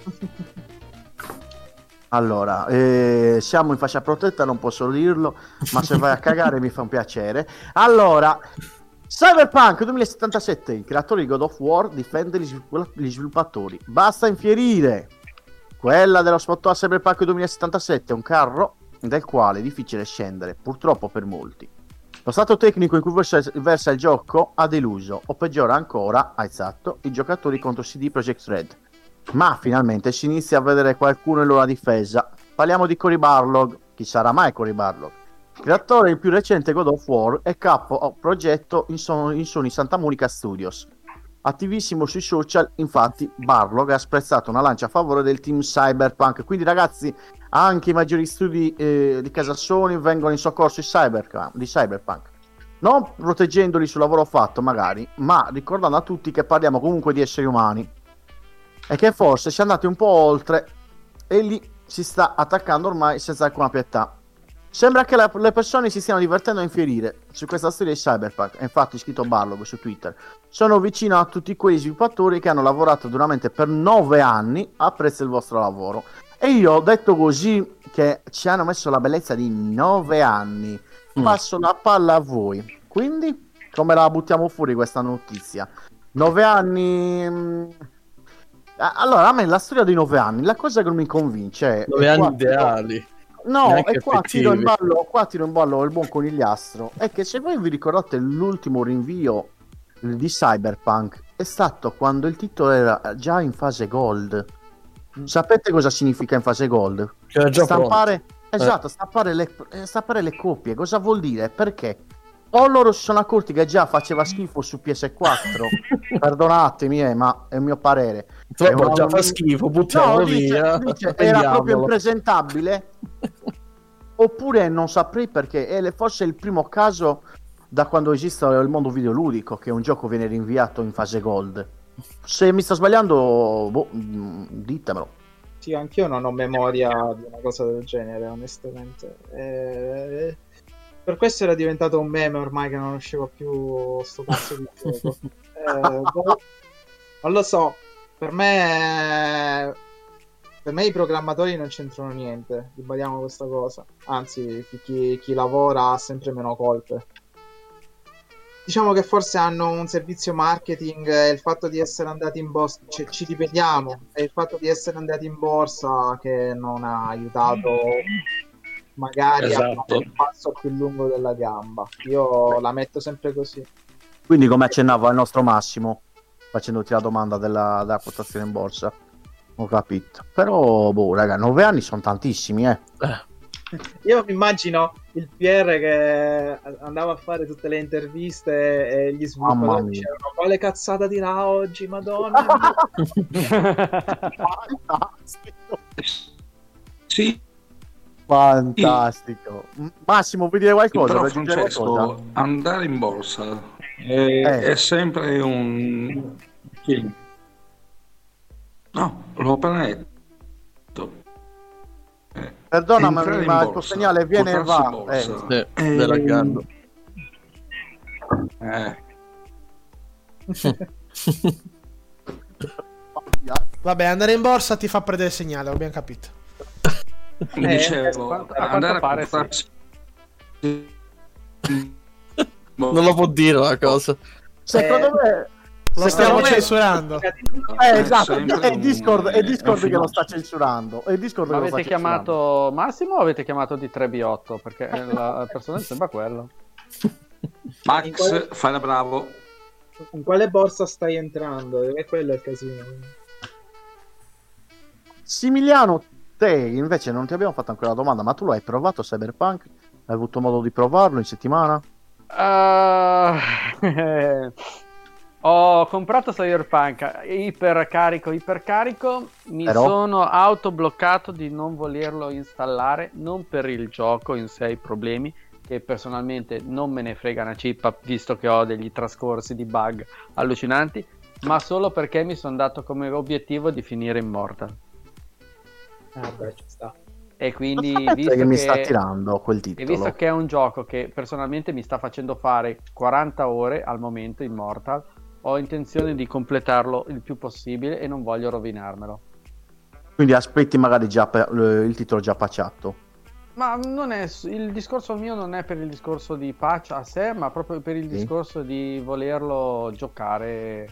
B: Allora, siamo in fascia protetta, non posso dirlo, ma se vai a cagare mi fa un piacere. Allora, Cyberpunk 2077, il creatore di God of War difende gli sviluppatori. Basta infierire. Quella dello spot a Cyberpunk 2077 è un carro del quale è difficile scendere, purtroppo per molti. Lo stato tecnico in cui versa il gioco ha deluso, o peggiora ancora, ha izzato, i giocatori contro CD Projekt Red. Ma finalmente si inizia a vedere qualcuno in loro difesa. Parliamo di Cory Barlog. Chi sarà mai Cory Barlog? Creatore del più recente God of War e capo progetto in Sony Santa Monica Studios. Attivissimo sui social, infatti, Barlog ha sprezzato una lancia a favore del team Cyberpunk. Quindi ragazzi, anche i maggiori studi di casa Sony vengono in soccorso di Cyberpunk. Non proteggendoli sul lavoro fatto magari, ma ricordando a tutti che parliamo comunque di esseri umani. E che forse si è andati un po' oltre e lì si sta attaccando ormai senza alcuna pietà. Sembra che le persone si stiano divertendo a infierire su questa storia di Cyberpunk. Infatti, scritto Barlog su Twitter, sono vicino a tutti quei sviluppatori che hanno lavorato duramente per 9 anni, apprezzo il vostro lavoro. E io ho detto così, che ci hanno messo la bellezza di 9 anni. Passo la palla a voi. Quindi, come la buttiamo fuori questa notizia? 9 anni... Allora, a me la storia dei 9 anni, la cosa che non mi convince è...
G: 9 anni ideali.
B: No,
G: neanche
B: e qua tiro in
G: effettivi.
B: ballo il buon conigliastro. È che se voi vi ricordate l'ultimo rinvio di Cyberpunk è stato quando il titolo era già in fase gold. Sapete cosa significa in fase gold?
G: Che era già
B: Stampare, esatto, stampare le copie. Cosa vuol dire? Perché o loro si sono accorti che già faceva schifo su PS4, perdonatemi, ma è il mio parere.
G: Troppo già fa schifo, buttiamolo via.
B: Dice, era proprio impresentabile. Oppure non saprei, perché è forse il primo caso da quando esiste il mondo videoludico che un gioco viene rinviato in fase gold. Se mi sto sbagliando, ditemelo.
D: Sì, anch'io non ho memoria di una cosa del genere, onestamente. Per questo era diventato un meme ormai che non usciva più sto cazzo di gioco. Non lo so, per me i programmatori non c'entrano niente, ribadiamo questa cosa. Anzi, chi lavora ha sempre meno colpe. Diciamo che forse hanno un servizio marketing e il fatto di essere andati in borsa, ci dipendiamo, è il fatto di essere andati in borsa che non ha aiutato magari a fare il passo più lungo della gamba. Io la metto sempre così.
B: Quindi, come accennava il nostro Massimo facendoti la domanda della quotazione in borsa, ho capito. Però, raga, 9 anni sono tantissimi,
D: Io mi immagino il PR che andava a fare tutte le interviste e gli sviluppatori dicevano: quale cazzata dirà oggi, madonna.
H: Sì,
B: fantastico. Massimo, vuoi dire qualcosa?
H: Però Francesco, andare in borsa è sempre un... No, l'ho appena detto.
B: Perdona, ma il tuo segnale viene e va.
G: Laggando.
I: Vabbè, andare in borsa ti fa perdere il segnale, abbiamo capito.
H: Dicevo, andare a comprarsi...
G: Non lo può dire la cosa.
B: Secondo me
I: lo stiamo censurando.
B: Esatto, è Discord che lo sta censurando.
J: Avete chiamato Massimo o avete chiamato di 3B8? Perché la persona sembra quello.
H: Max, fai la bravo.
D: In quale borsa stai entrando? È quello il casino.
B: Similiano, te invece non ti abbiamo fatto ancora la domanda, ma tu l'hai provato Cyberpunk? Hai avuto modo di provarlo in settimana?
J: Ho comprato Cyberpunk ipercarico, mi sono autobloccato di non volerlo installare, non per il gioco in sé, i problemi, che personalmente non me ne frega una cippa, visto che ho degli trascorsi di bug allucinanti, ma solo perché mi sono dato come obiettivo di finire Immortal.
D: Beh, ci sta.
J: E quindi
B: visto che mi sta tirando quel titolo,
J: e visto che è un gioco che personalmente mi sta facendo fare 40 ore al momento, Immortal, ho intenzione di completarlo il più possibile e non voglio rovinarmelo.
B: Quindi aspetti magari già il titolo già patchato.
J: Ma non è il discorso mio, non è per il discorso di patch a sé, ma proprio per il discorso di volerlo giocare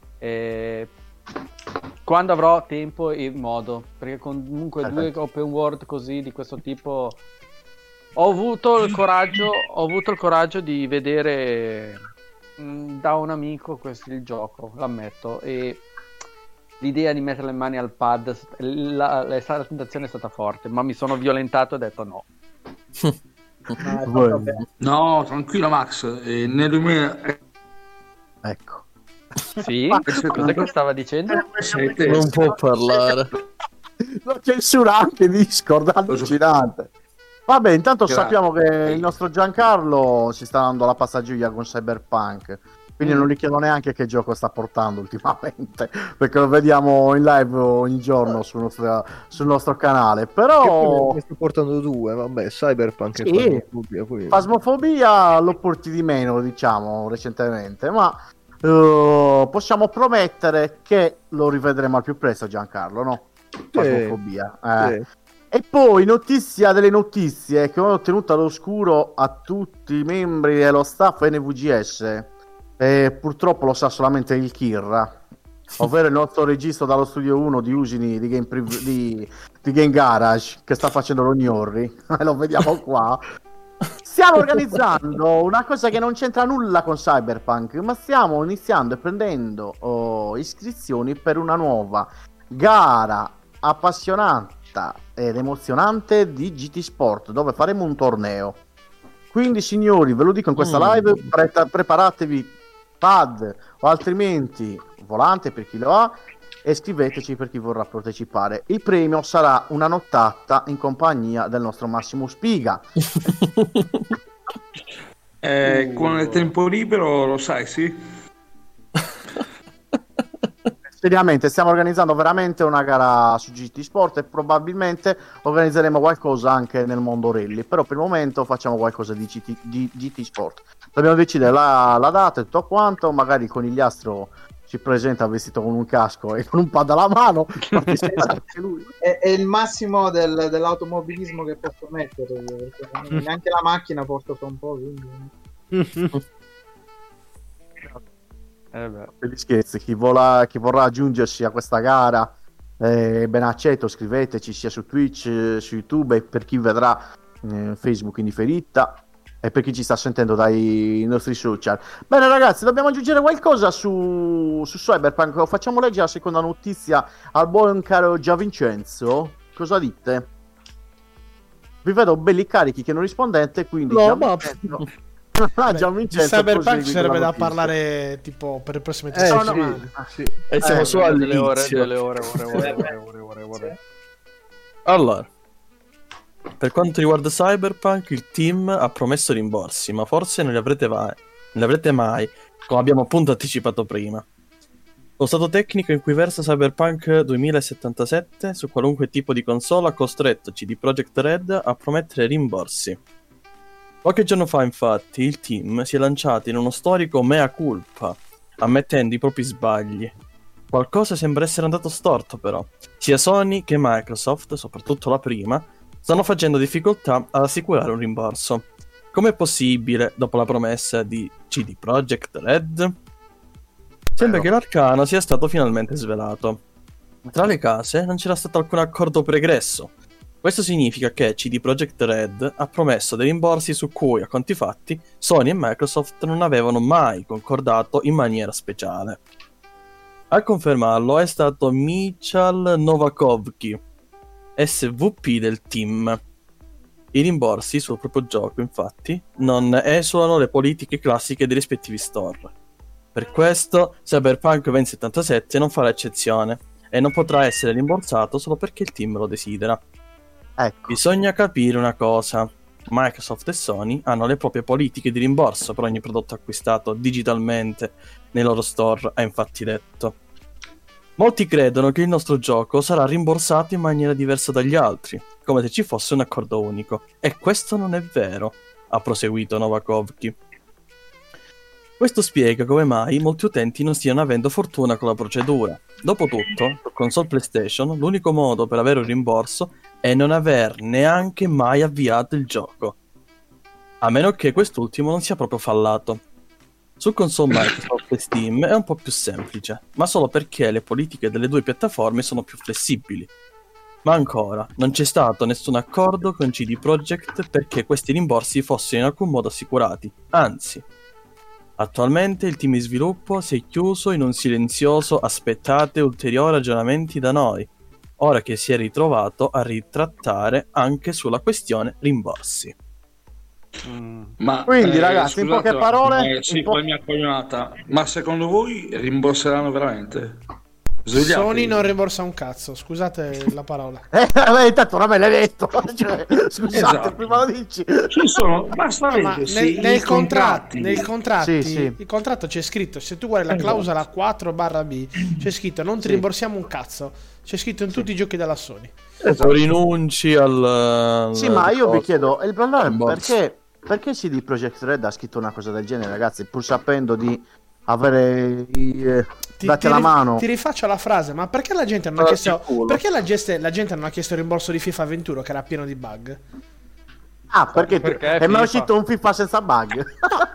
J: quando avrò tempo e modo, perché comunque due open world così di questo tipo ho avuto il coraggio di vedere da un amico il gioco, l'ammetto, e l'idea di mettere le mani al pad, la tentazione è stata forte, ma mi sono violentato e ho detto no.
H: No, tranquillo Max, nel 2000...
B: Ecco.
J: Sì? Cos'è che stava dicendo?
G: Non può parlare.
B: Lo censura anche Discord, allucinante. Vabbè, intanto sappiamo che il nostro Giancarlo si sta dando la passaggiuglia con Cyberpunk, quindi non gli chiedo neanche che gioco sta portando ultimamente, perché lo vediamo in live ogni giorno sul nostro canale. Però
C: ne sto portando due, vabbè, Cyberpunk e Phasmophobia.
B: Phasmophobia lo porti di meno, diciamo, recentemente, ma possiamo promettere che lo rivedremo al più presto, Giancarlo, no? Phasmophobia. E poi notizia delle notizie che ho ottenuto all'oscuro a tutti i membri dello staff NVGS, purtroppo lo sa solamente il Kirra. ovvero il nostro registro dallo studio 1 di Usini di Game Garage, che sta facendo lo Gnorri, lo vediamo qua. Stiamo organizzando una cosa che non c'entra nulla con Cyberpunk, ma stiamo iniziando e prendendo iscrizioni per una nuova gara appassionata ed emozionante di GT Sport, dove faremo un torneo. Quindi signori, ve lo dico in questa live, preparatevi pad o altrimenti volante per chi lo ha e scriveteci per chi vorrà partecipare. Il premio sarà una nottata in compagnia del nostro Massimo Spiga.
H: Con il tempo libero, lo sai, sì?
B: Seriamente, stiamo organizzando veramente una gara su GT Sport e probabilmente organizzeremo qualcosa anche nel mondo rally, però per il momento facciamo qualcosa di GT Sport. Dobbiamo decidere la data e tutto quanto, magari il Conigliastro si presenta vestito con un casco e con un pad alla mano. Anche lui.
D: È il massimo dell'automobilismo che posso mettere, perché neanche la macchina porto fra un po', quindi...
B: Per gli scherzi, chi vorrà aggiungersi a questa gara, ben accetto, scriveteci sia su Twitch, su YouTube, e per chi vedrà Facebook in differita e per chi ci sta sentendo dai nostri social. Bene ragazzi, dobbiamo aggiungere qualcosa su Cyberpunk. Facciamo leggere la seconda notizia al buon caro Gianvincenzo. Cosa dite? Vi vedo belli carichi che non rispondete, quindi Gianvincenzo,
I: Cyberpunk sarebbe da parlare tipo per le prossime 3 settimane.
G: E siamo solo all'inizio.
J: Delle ore.
G: Allora, per quanto riguarda Cyberpunk, il team ha promesso rimborsi, ma forse non li avrete mai, come abbiamo appunto anticipato prima. Lo stato tecnico in cui versa Cyberpunk 2077 su qualunque tipo di console ha costretto CD Projekt Red a promettere rimborsi. Qualche giorno fa, infatti, il team si è lanciato in uno storico mea culpa, ammettendo i propri sbagli. Qualcosa sembra essere andato storto, però. Sia Sony che Microsoft, soprattutto la prima, stanno facendo difficoltà ad assicurare un rimborso. Com'è possibile, dopo la promessa di CD Projekt Red? Sembra che l'arcano sia stato finalmente svelato. Tra le case non c'era stato alcun accordo pregresso. Questo significa che CD Projekt Red ha promesso dei rimborsi su cui, a conti fatti, Sony e Microsoft non avevano mai concordato in maniera speciale. A confermarlo è stato Michal Novakovsky, SVP del team. I rimborsi sul proprio gioco, infatti, non esulano le politiche classiche dei rispettivi store. Per questo, Cyberpunk 2077 non farà eccezione e non potrà essere rimborsato solo perché il team lo desidera.
B: Ecco.
G: Bisogna capire una cosa: Microsoft e Sony hanno le proprie politiche di rimborso per ogni prodotto acquistato digitalmente nei loro store, ha infatti detto. Molti credono che il nostro gioco sarà rimborsato in maniera diversa dagli altri, come se ci fosse un accordo unico, e questo non è vero, ha proseguito Novakovsky. Questo spiega come mai molti utenti non stiano avendo fortuna con la procedura. Dopotutto, per console PlayStation, l'unico modo per avere un rimborso è non aver neanche mai avviato il gioco, a meno che quest'ultimo non sia proprio fallato. Su console Microsoft e Steam è un po' più semplice, ma solo perché le politiche delle due piattaforme sono più flessibili. Ma ancora, non c'è stato nessun accordo con CD Projekt perché questi rimborsi fossero in alcun modo assicurati, anzi. Attualmente il team di sviluppo si è chiuso in un silenzioso "aspettate ulteriori aggiornamenti da noi", ora che si è ritrovato a ritrattare anche sulla questione rimborsi.
H: Ma,
B: quindi ragazzi, in poche parole,
H: poi mi ha cognata. Ma secondo voi rimborseranno veramente? Svegliatevi.
I: Sony non rimborsa un cazzo, scusate la parola.
B: Tanto non me l'hai detto. Cioè, scusate,
H: esatto.
B: Prima lo dici.
H: Ci sono, basta
I: nel contratto,
B: sì.
I: il contratto c'è scritto, se tu guardi la clausola 4/B, c'è scritto non ti rimborsiamo un cazzo. C'è scritto in tutti i giochi della Sony.
G: Esatto. Rinunci al
B: sì, ma io vi chiedo, il problema è perché CD Projekt Red ha scritto una cosa del genere, ragazzi, pur sapendo di avere dati alla mano.
I: Ti rifaccio la frase, ma perché la gente non ha chiesto la gente non ha chiesto il rimborso di FIFA 21 che era pieno di bug?
B: Perché è mai uscito un FIFA senza bug?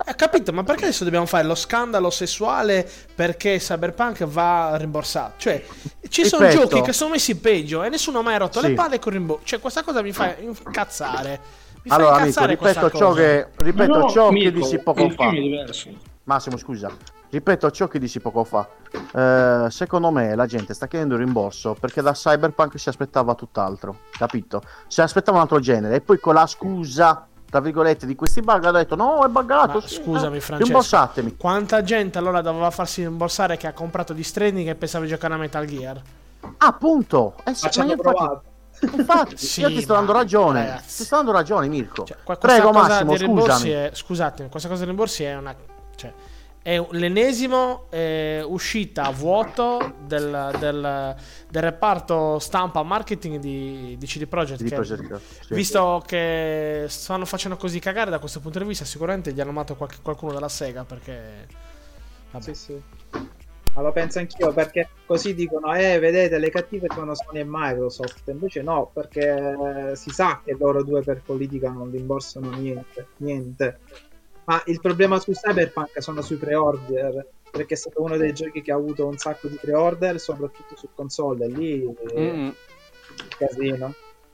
I: Capito, ma perché adesso dobbiamo fare lo scandalo sessuale perché Cyberpunk va rimborsato? Cioè, ci sono
B: Ripeto.
I: giochi che sono messi peggio e nessuno ha mai rotto le
B: Sì.
I: palle con rimborso. Cioè, questa cosa mi fa incazzare. Mi
B: Allora,
I: fa
B: amico,
I: incazzare questa
B: ripeto ciò
I: cosa.
B: che
H: Mirko,
B: dissi poco
H: il
B: fa.
H: film è diverso.
B: Massimo, scusa. Ripeto ciò che dissi poco fa. Secondo me la gente sta chiedendo il rimborso perché da Cyberpunk si aspettava tutt'altro, capito? Si aspettava un altro genere e poi con la scusa, tra virgolette, di questi bug ha detto no, è buggato.
I: Ma
B: sì,
I: scusami, Francesco,
B: rimborsatemi.
I: quanta gente allora doveva farsi rimborsare che ha comprato di Stranding e pensava di giocare a Metal Gear?
B: Appunto.
D: Ma ci hanno provato.
B: Infatti,
I: Sì,
B: io ti sto dando
I: ma,
B: ragione.
I: ragazzi.
B: Ti sto dando ragione, Mirko.
I: Cioè, questa
B: Prego,
I: cosa
B: Massimo,
I: dei rimborsi
B: scusami.
I: è, scusatemi, questa cosa dei rimborsi è una, cioè, è l'ennesimo uscita a vuoto del reparto stampa marketing di CD Projekt.
B: Di
I: che,
B: Project, sì.
I: visto che stanno facendo così cagare da questo punto di vista, sicuramente gli hanno amato qualcuno della Sega perché. Vabbè.
D: Sì. Ma lo penso anch'io, perché così dicono, vedete, le cattive sono Sony e Microsoft. Invece no, perché si sa che loro due per politica non rimborsano niente. Ma il problema su Cyberpunk sono sui pre-order, perché è stato uno dei giochi che ha avuto un sacco di pre-order, soprattutto su console, e lì casino.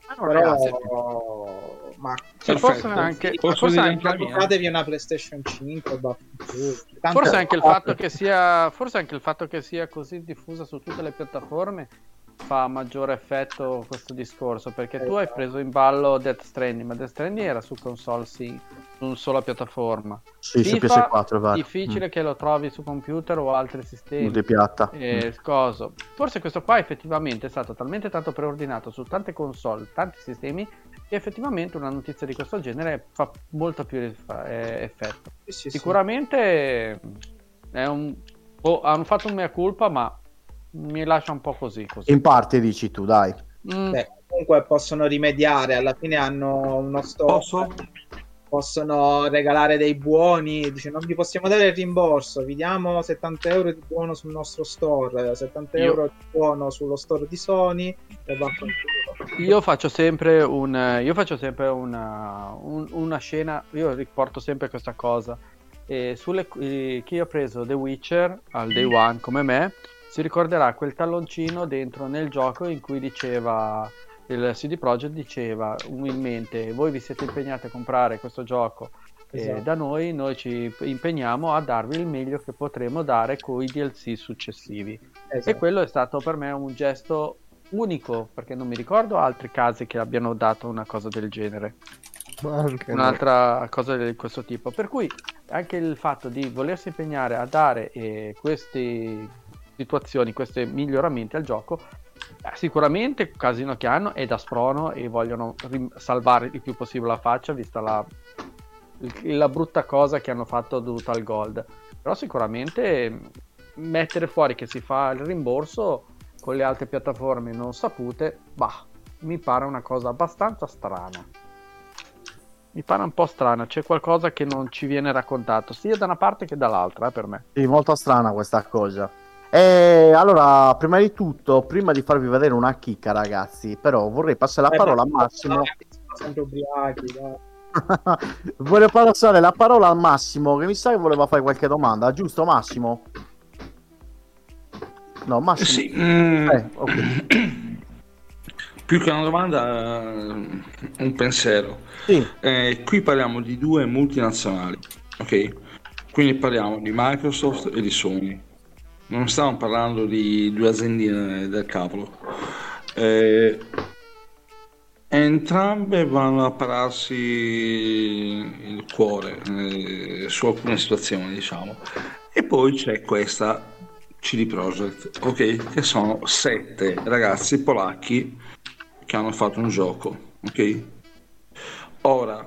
D: Però ma
J: forse anche
D: compratevi una PlayStation 5,
J: forse anche il fatto che sia così diffusa su tutte le piattaforme fa maggiore effetto questo discorso, perché tu hai preso in ballo Death Stranding, ma Death Stranding era su console, sì, su una sola piattaforma.
B: Sì, su
J: FIFA,
B: PS4 va.
J: difficile che lo trovi su computer o altri sistemi.
B: Multipiatta.
J: Coso. Forse questo qua effettivamente è stato talmente tanto preordinato su tante console, tanti sistemi, che effettivamente una notizia di questo genere fa molto più effetto.
D: Sì.
J: Sicuramente è hanno fatto un mea culpa, ma mi lascia un po' così.
B: In parte dici tu, dai.
D: Beh, comunque possono rimediare, alla fine hanno uno store, possono regalare dei buoni, dice non vi possiamo dare il rimborso, vi diamo 70 euro di buono sul nostro store, 70 euro di buono sullo store di Sony e
J: io faccio sempre una scena, io riporto sempre questa cosa, chi ha preso The Witcher al day one come me si ricorderà quel talloncino dentro nel gioco in cui diceva, il CD Projekt diceva umilmente, voi vi siete impegnati a comprare questo gioco,
D: esatto.
J: Da noi ci impegniamo a darvi il meglio che potremo dare con i DLC successivi.
D: Esatto.
J: E quello è stato per me un gesto unico, perché non mi ricordo altri casi che abbiano dato una cosa del genere, un'altra cosa di questo tipo, per cui anche il fatto di volersi impegnare a dare queste situazioni, questi miglioramenti al gioco, sicuramente il casino che hanno è da sprono e vogliono salvare il più possibile la faccia, vista la brutta cosa che hanno fatto dovuta al gold. Però sicuramente mettere fuori che si fa il rimborso con le altre piattaforme non sapute, mi pare una cosa abbastanza strana. Mi pare un po' strana, c'è qualcosa che non ci viene raccontato sia da una parte che dall'altra, per me.
B: Sì, molto strana questa cosa. E allora, prima di tutto, prima di farvi vedere una chicca, ragazzi, però vorrei passare la parola a Massimo.
D: Sono sempre ubriachi, dai.
B: Voglio passare la parola al Massimo, che mi sa che voleva fare qualche domanda, giusto Massimo? No, Massimo.
H: Sì.
B: Ok.
H: Più che una domanda, un pensiero.
B: Sì.
H: Qui parliamo di due multinazionali, ok? Quindi parliamo di Microsoft e di Sony. Non stiamo parlando di due aziendine del cavolo. Entrambe vanno a pararsi il cuore su alcune situazioni, diciamo. E poi c'è questa CD Projekt, ok? Che sono 7 ragazzi polacchi che hanno fatto un gioco, ok? Ora,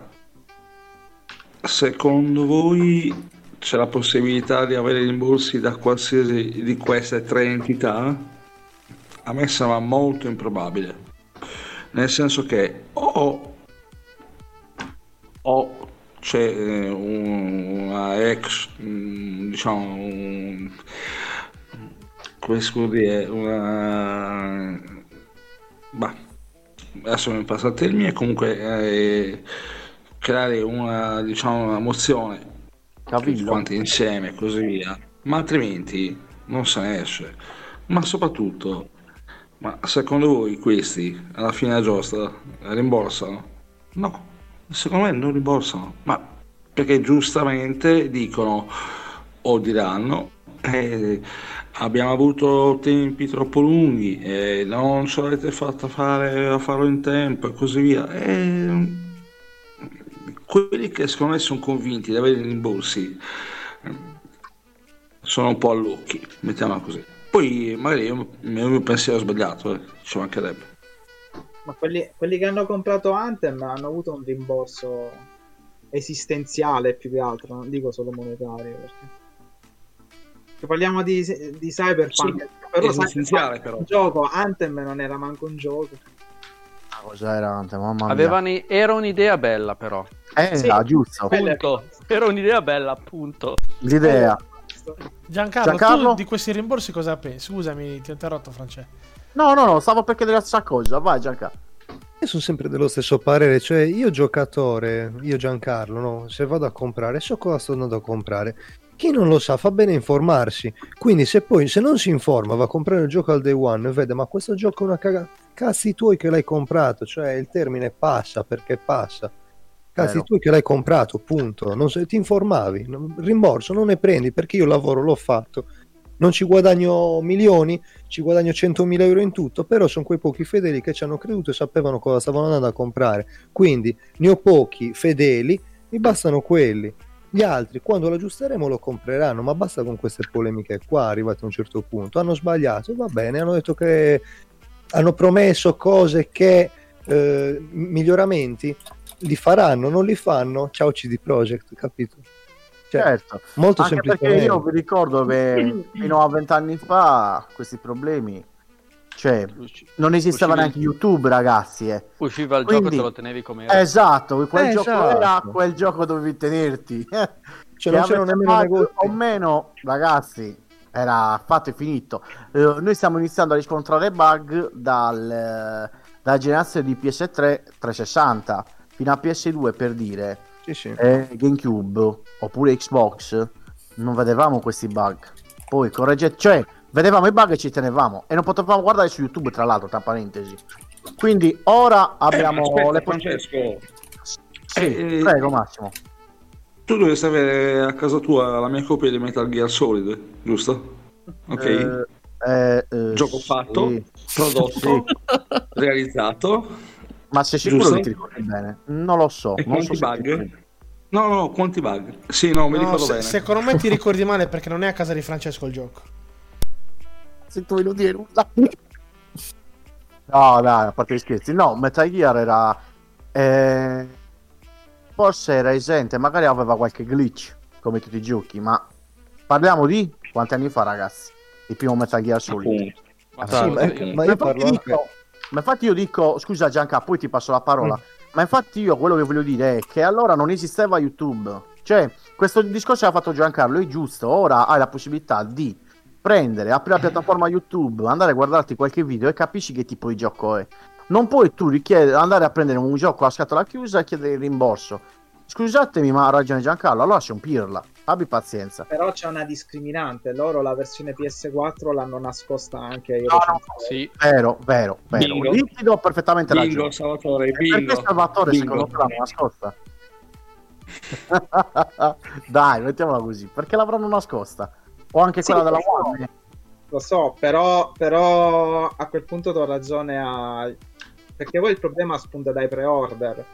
H: secondo voi c'è la possibilità di avere rimborsi da qualsiasi di queste 3 entità? A me sembra molto improbabile, nel senso che o c'è una come si può dire, adesso mi passa il termine, comunque creare una mozione
B: Capito?
H: quanti insieme e così via, ma altrimenti non se ne esce. Ma soprattutto, ma secondo voi questi alla fine della giostra rimborsano? No, secondo me non rimborsano, ma perché giustamente dicono o diranno abbiamo avuto tempi troppo lunghi e non ce l'avete fatta fare a farlo in tempo e così via. E quelli che secondo me sono convinti di avere i rimborsi sono un po' all'occhi, mettiamola così. Poi magari il mio pensiero è sbagliato, ci mancherebbe.
D: Ma quelli che hanno comprato Anthem hanno avuto un rimborso esistenziale più che altro, non dico solo monetario. Perché parliamo di Cyberpunk,
H: Sì,
D: però
H: esistenziale,
D: Cyberpunk
H: però.
D: un gioco, Anthem non era manco un gioco.
B: Cosa era Anthem? Mamma mia.
J: Era un'idea bella, però.
D: Sì,
B: giusto.
J: Punto. Era un'idea bella, appunto.
B: L'idea.
I: Giancarlo, tu di questi rimborsi cosa pensi? Scusami, ti ho interrotto, Francesco.
B: No, stavo per chiedere la stessa cosa. Vai, Giancarlo.
C: Io sono sempre dello stesso parere, cioè io giocatore, io Giancarlo, no? Se vado a comprare, so cosa sto andando a comprare. Chi non lo sa fa bene a informarsi, quindi se non si informa, va a comprare il gioco al day one e vede ma questo gioco è una cagata, cazzi tuoi che l'hai comprato, cioè il termine passa perché passa, cazzi tuoi che l'hai comprato, punto. Non ti informavi, rimborso non ne prendi perché io lavoro l'ho fatto, non ci guadagno milioni, ci guadagno 100.000 euro in tutto, però sono quei pochi fedeli che ci hanno creduto e sapevano cosa stavano andando a comprare, quindi ne ho pochi fedeli, mi bastano quelli. Gli altri quando lo aggiusteremo lo compreranno, ma basta con queste polemiche qua, arrivati a un certo punto. Hanno sbagliato, va bene, hanno detto che hanno promesso cose che miglioramenti li faranno, non li fanno, ciao CD Projekt, capito? Cioè,
B: Certo,
C: molto
B: anche
C: semplicemente.
B: perché io vi ricordo che fino a 20 anni fa questi problemi, cioè non esisteva neanche YouTube, ragazzi.
J: Usciva il
B: Quindi,
J: gioco e te lo tenevi come era.
B: Esatto, quel gioco
C: esatto.
B: era quel gioco dovevi tenerti.
C: Cioè, non c'erano nemmeno negozi.
B: O meno, ragazzi, era fatto e finito. Noi stiamo iniziando a riscontrare bug dalla generazione di PS3 360 fino a PS2, per dire.
C: Sì.
B: GameCube oppure Xbox non vedevamo questi bug, poi cioè vedevamo i bug e ci tenevamo e non potevamo guardare su YouTube, tra l'altro, tra parentesi. Quindi ora abbiamo
H: aspetta, Francesco,
B: prego Massimo.
H: tu dovresti avere a casa tua la mia copia di Metal Gear Solid, giusto? Ok, gioco fatto, prodotto, realizzato.
B: Ma sei sicuro
H: Giusto?
B: che ti ricordi bene? Non lo so.
H: E
B: Non
H: quanti
B: so
H: bug? No, quanti bug? Sì, no, mi ricordo bene.
I: Secondo me ti ricordi male perché non è a casa di Francesco il gioco.
B: Se tu non dire nulla. No, dai, a parte gli scherzi. No, Metal Gear era forse era esente, magari aveva qualche glitch come tutti i giochi, ma parliamo di quanti anni fa, ragazzi? Il primo Metal Gear Solid.
C: Ma io parlo anche...
B: Ma infatti io dico, scusa Gianca, poi ti passo la parola. Ma infatti io quello che voglio dire è che allora non esisteva YouTube. Cioè, questo discorso che ha fatto Giancarlo è giusto. Ora hai la possibilità di prendere, aprire la piattaforma YouTube, andare a guardarti qualche video e capisci che tipo di gioco è. Non puoi tu andare a prendere un gioco a scatola chiusa e chiedere il rimborso. Scusatemi, ma ha ragione Giancarlo, allora c'è un pirla. Abbi pazienza.
D: Però c'è una discriminante, loro la versione PS4 l'hanno nascosta anche io.
J: Sì.
B: Vero.
H: Bingo.
B: Lì ti do perfettamente ragione.
H: Bingo, Salvatore, bingo.
B: Perché Salvatore secondo te l'hanno nascosta? Dai, mettiamola così. Perché l'avranno nascosta? O anche quella della One?
D: Lo so, però a quel punto do ragione perché poi il problema spunta dai pre-order.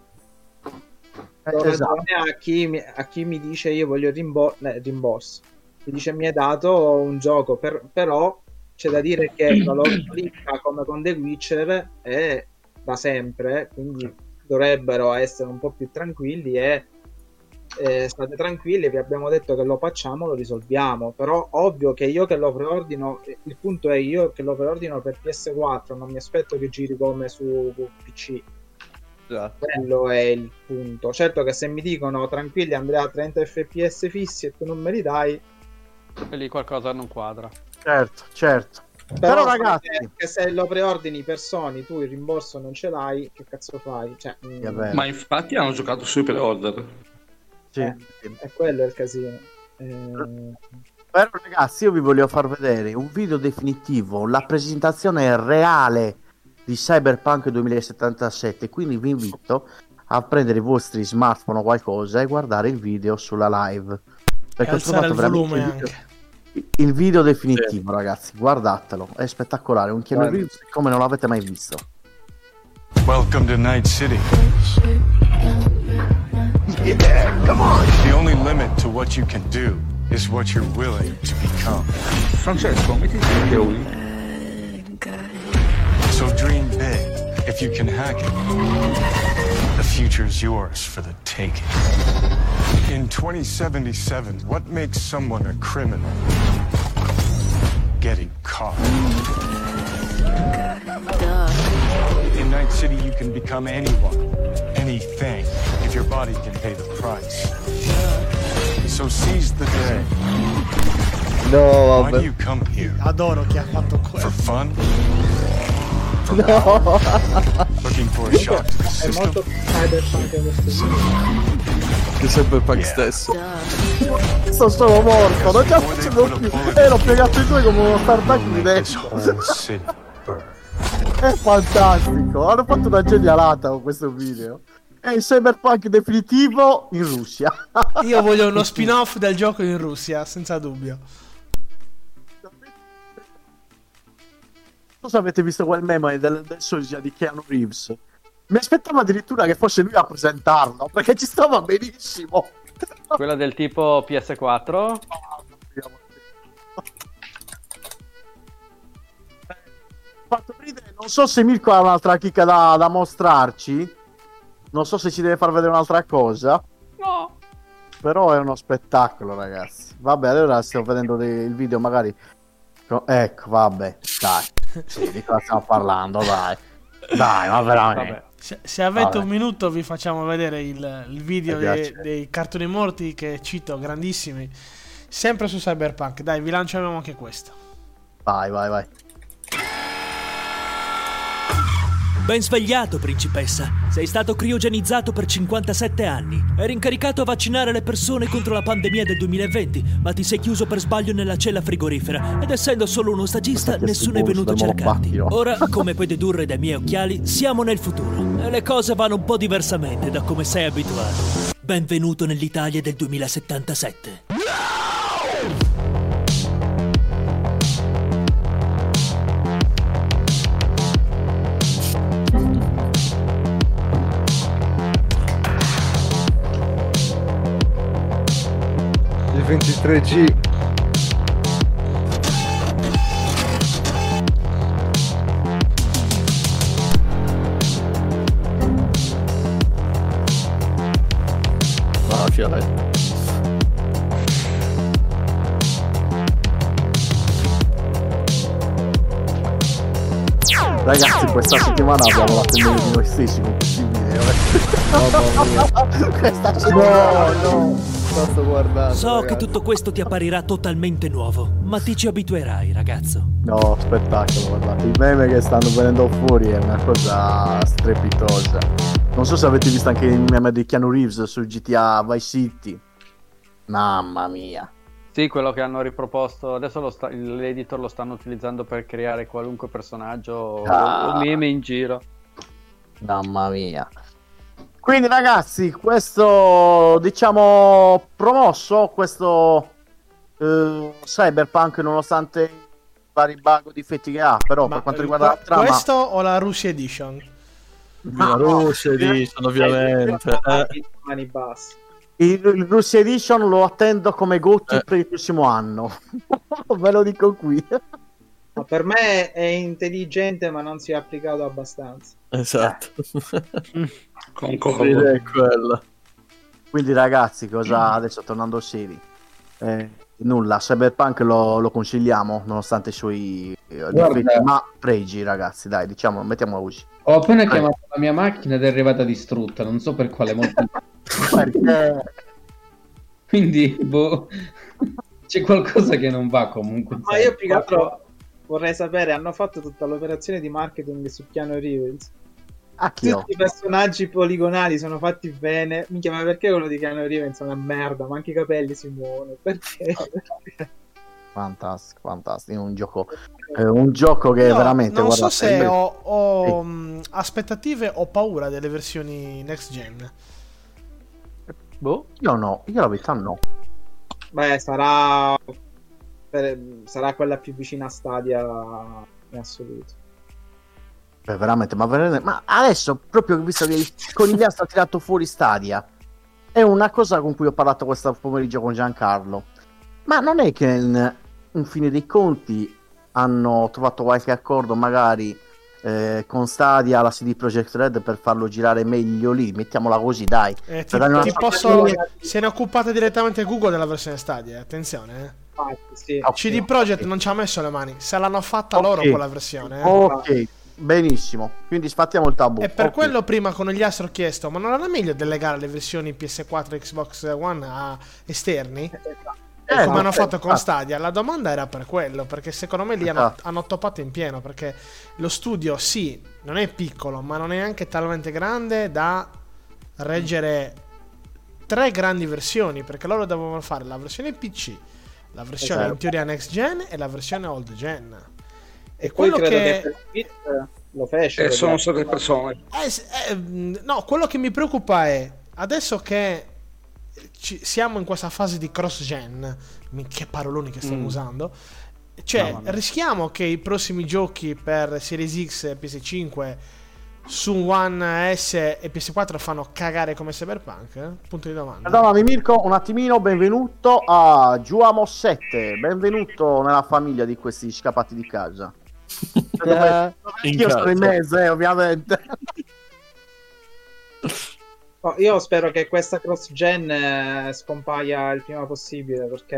D: Do ragione a chi mi dice io voglio rimborso. Mi dice mi hai dato un gioco, però c'è da dire che la loro politica come con The Witcher è da sempre, quindi dovrebbero essere un po' più tranquilli e state tranquilli, vi abbiamo detto che lo facciamo, lo risolviamo. Però ovvio che io che lo preordino, il punto è io che lo preordino per PS4 non mi aspetto che giri come su PC.
C: Esatto.
D: Quello è il punto. Certo che se mi dicono tranquilli andrà a 30 fps fissi e tu non me li dai,
J: E lì qualcosa non quadra.
B: Certo. Però ragazzi,
D: che se lo preordini per Sony tu il rimborso non ce l'hai, che cazzo fai? Cioè,
H: ma infatti hanno giocato sui pre-order.
B: Sì.
D: E quello è il casino.
B: Però ragazzi, io vi voglio far vedere un video definitivo, la presentazione reale di Cyberpunk 2077, quindi vi invito a prendere i vostri smartphone o qualcosa e guardare il video sulla live, perché ho
I: alzare
B: trovato
I: il
B: veramente
I: volume
B: il video,
I: anche.
B: il video definitivo, ragazzi, guardatelo, è spettacolare, un Keanu Reeves come non l'avete mai visto.
K: Welcome to Night City. Yeah, come on. The only limit to what you can do is what you're willing to become.
H: Francesco, mettiti i chioni.
K: So dream big. If you can hack it, the future's yours for the taking. In 2077, what makes someone a criminal? Getting caught. In Night City, you can become anyone, anything, if your body can pay the price. So seize the day.
C: No,
K: Why do you come here?
I: Adoro chi ha fatto
K: For
I: quello.
K: fun? For power? Looking for a shock to the
D: È
K: system?
D: molto cyberpunk questo video.
G: Che Cyberpunk
K: Yeah.
G: stesso.
B: Sono morto, non ce la faccio più, l'ho piegato in due come uno startup di
K: This
B: dentro.
K: whole city burn.
B: È fantastico, hanno fatto una genialata con questo video. È il Cyberpunk definitivo in Russia.
I: Io voglio uno spin-off del gioco in Russia, senza dubbio.
B: Non so se avete visto quel meme del sosia di Keanu Reeves. Mi aspettavo addirittura che fosse lui a presentarlo, perché ci stava benissimo.
J: Quella del tipo PS4.
B: Fatto ridere. Non so se Mirko ha un'altra chicca da mostrarci. Non so se ci deve far vedere un'altra cosa.
J: No.
B: Però è uno spettacolo, ragazzi. Vabbè, allora stiamo vedendo il video magari. Ecco, vabbè, dai. Sì, di cosa stiamo parlando, dai. Dai, ma veramente.
J: Vabbè.
I: Se avete
B: Vabbè.
I: un minuto vi facciamo vedere il video
B: Mi piace.
I: dei cartoni morti che cito, grandissimi. Sempre su Cyberpunk. Dai, vi lanciamo anche questo.
B: Vai.
L: Ben svegliato, principessa. Sei stato criogenizzato per 57 anni. Eri incaricato a vaccinare le persone contro la pandemia del 2020, ma ti sei chiuso per sbaglio nella cella frigorifera ed essendo solo uno stagista, nessuno è venuto a cercarti. Ora, come puoi dedurre dai miei occhiali, siamo nel futuro e le cose vanno un po' diversamente da come sei abituato. Benvenuto nell'Italia del 2077.
C: Il 23G.
G: Mafia, dai.
B: Ragazzi, questa settimana abbiamo la tendere di noi stessi con questi video. Questa settimana.
C: No, sto guardando.
L: So
C: ragazzi.
L: che tutto questo ti apparirà totalmente nuovo, ma ti ci abituerai, ragazzo.
B: No, spettacolo, guardate, i meme che stanno venendo fuori è una cosa strepitosa. Non so se avete visto anche il meme di Keanu Reeves su GTA Vice City. Mamma mia.
J: Sì, quello che hanno riproposto. Adesso l'editor lo stanno utilizzando per creare qualunque personaggio o meme in giro.
B: Mamma mia. Quindi ragazzi, questo diciamo promosso, questo Cyberpunk, nonostante i vari bug o difetti che ha, però per quanto riguarda la trama,
I: Questo o la Russia Edition?
G: La Russia Edition, ovviamente.
D: Mani basse.
B: il Russia Edition lo attendo come GOTY per il prossimo anno. Ve lo dico qui.
D: Ma per me è intelligente, ma non si è applicato abbastanza.
G: Esatto.
H: Concordo.
G: È quella.
B: Quindi ragazzi, cosa adesso tornando seri, nulla, Cyberpunk lo consigliamo nonostante i suoi difetti, ma pregi, ragazzi, dai, diciamo, mettiamola così.
E: Ho appena chiamato la mia macchina ed è arrivata distrutta, non so per quale motivo.
B: Perché?
E: Quindi, boh, c'è qualcosa che non va comunque.
D: Ma io più che altro vorrei sapere, hanno fatto tutta l'operazione di marketing su Keanu Reeves? Tutti i personaggi poligonali sono fatti bene. Minchia, ma perché quello di Keanu Reeves è una merda? Ma anche i capelli si muovono. Perché?
B: Fantastico. Un gioco che
I: Io
B: veramente.
I: non
B: guarda,
I: so se ho aspettative o paura delle versioni next gen.
J: Boh.
B: Io no, io la verità no.
D: Beh, sarà quella più vicina a Stadia in assoluto.
B: Beh, veramente, ma adesso, proprio visto che il conigliastro ha tirato fuori Stadia, è una cosa con cui ho parlato questo pomeriggio con Giancarlo. Ma non è che in fine dei conti hanno trovato qualche accordo magari con Stadia, la CD Projekt Red, per farlo girare meglio lì, mettiamola così, dai.
I: Se ne è occupata direttamente Google della versione Stadia, attenzione.
D: Sì.
I: CD Projekt non ci ha messo le mani, se l'hanno fatta loro quella versione.
B: Ok, benissimo, quindi sfattiamo il tabù.
I: E per quello prima con gli Astro ho chiesto, ma non era meglio delegare le versioni PS4 e Xbox One a esterni? Come hanno fatto con Stadia? La domanda era per quello, perché secondo me lì hanno toppato in pieno, perché lo studio sì, non è piccolo, ma non è neanche talmente grande da reggere 3 grandi versioni, perché loro dovevano fare la versione PC, la versione in teoria next gen e la versione old gen.
D: E quello che lo fece.
H: Sono state persone.
I: No, quello che mi preoccupa è adesso che siamo in questa fase di cross gen, che paroloni che stiamo usando, cioè rischiamo che i prossimi giochi per Series X e PS5 su One S e PS4 fanno cagare come Cyberpunk? Punto di domanda.
B: Allora, Mirko, un attimino, benvenuto a Giuamo 7, benvenuto nella famiglia di questi scappati di casa. Io sono in mezzo, ovviamente.
D: Io spero che questa cross gen scompaia il prima possibile, perché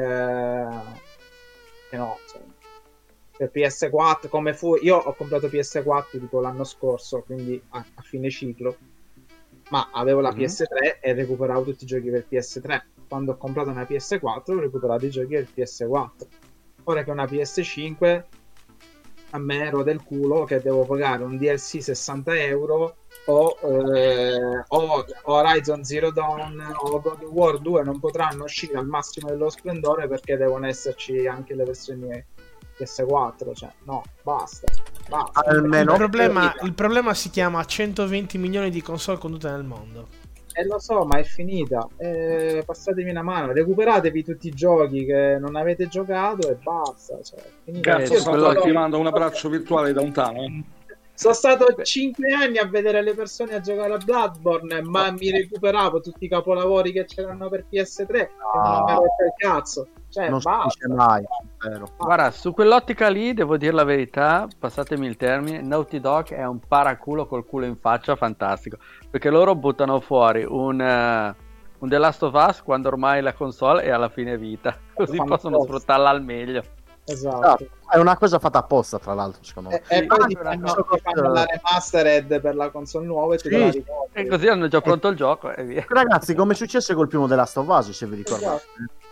D: no, per PS4 come fu, io ho comprato PS4 tipo l'anno scorso, quindi a fine ciclo, ma avevo la PS3 e recuperavo tutti i giochi per PS3. Quando ho comprato una PS4 ho recuperato i giochi per PS4. Ora che ho una PS5 a me ero del culo che devo pagare un DLC 60 euro o Horizon Zero Dawn o God of War 2 non potranno uscire al massimo dello splendore perché devono esserci anche le versioni PS4, cioè no, basta.
I: Il problema si chiama 120 milioni di console condute nel mondo.
D: Lo so, ma è finita. Passatemi una mano, recuperatevi tutti i giochi che non avete giocato e basta.
H: Cazzo, sto attivando un abbraccio virtuale da lontano.
D: Sono stato 5 anni a vedere le persone a giocare a Bloodborne, ma mi recuperavo tutti i capolavori che c'erano per PS3 e non mi ero rotto il cazzo. Cioè,
B: non si dice mai, vero.
J: Guarda, su quell'ottica lì devo dire la verità, passatemi il termine, Naughty Dog è un paraculo col culo in faccia fantastico, perché loro buttano fuori un The Last of Us quando ormai la console è alla fine vita, così possono sfruttarla al meglio.
D: Esatto.
B: È una cosa fatta apposta, tra l'altro, secondo me.
D: E poi ti fanno la remastered per la console nuova
J: e così hanno già pronto il gioco e via.
B: Ragazzi, come è successo col primo The Last of Us, se vi ricordate.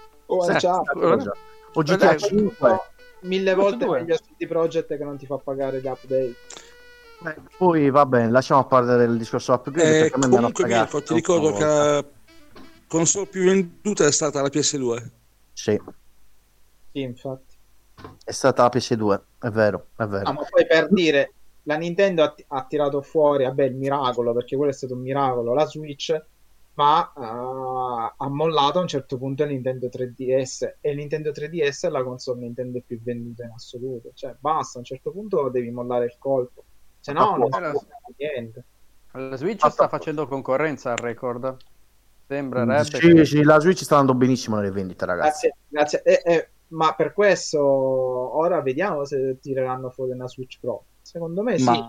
B: O GTA 5
D: 1000 volte meglio CD Projekt che non ti fa pagare gli update.
B: Poi va bene, lasciamo parlare del discorso upgrade.
F: Comunque Mirko, ti ricordo che la console più venduta è stata la PS2.
B: Sì,
D: infatti
B: è stata la PS2, è vero.
D: Ma poi per dire, la Nintendo ha tirato fuori, vabbè, il miracolo, perché quello è stato un miracolo, la Switch, ma ha mollato a un certo punto il Nintendo 3DS, e il Nintendo 3DS è la console Nintendo più venduta in assoluto. Cioè basta, a un certo punto devi mollare il colpo, se no non si può fare niente.
J: La Switch sta facendo concorrenza al record, sembrerebbe.
B: Sì, la Switch sta andando benissimo nelle vendite, ragazzi.
D: Grazie. Ma per questo ora vediamo se tireranno fuori una Switch Pro. Secondo me sì.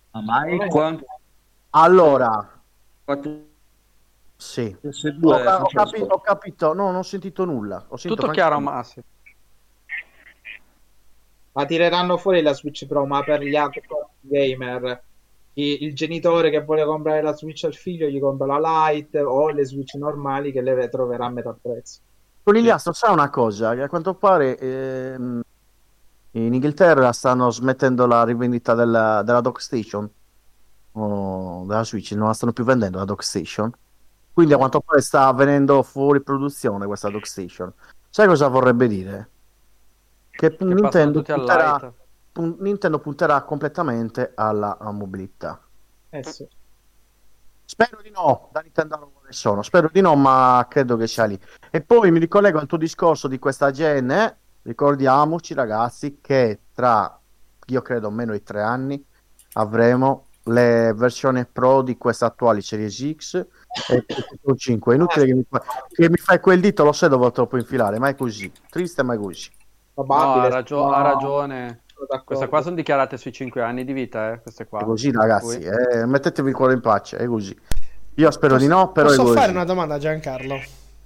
B: Allora, sì,
H: ho
B: capito. No, non ho sentito nulla.
J: Tutto chiaro, Massimo.
D: Ma tireranno fuori la Switch Pro, ma per gli altri gamer, il genitore che vuole comprare la Switch al figlio gli compra la Lite o le Switch normali che le troverà a metà prezzo.
B: Conigliastro, sa una cosa, che a quanto pare in Inghilterra stanno smettendo la rivendita della Dock Station. della Switch non la stanno più vendendo la Dock Station, quindi a quanto pare sta venendo fuori produzione questa Dock Station. Sai cosa vorrebbe dire? Che Nintendo punterà completamente alla mobilità.
D: Sì.
B: Spero di no, da Nintendo spero di no, ma credo che sia lì. E poi mi ricollego al tuo discorso di questa gen, ricordiamoci ragazzi che tra, io credo, meno di 3 anni avremo le versioni Pro di questa attuale Series X e PlayStation 5. È inutile che mi fai quel dito, lo sai dove troppo infilare, ma è così, triste ma è così.
J: Ha ragione. Queste qua sono dichiarate sui 5 anni di vita, queste qua.
B: È così ragazzi, mettetevi il cuore in pace, è così. Io spero di no, però
I: posso fare una domanda a Giancarlo?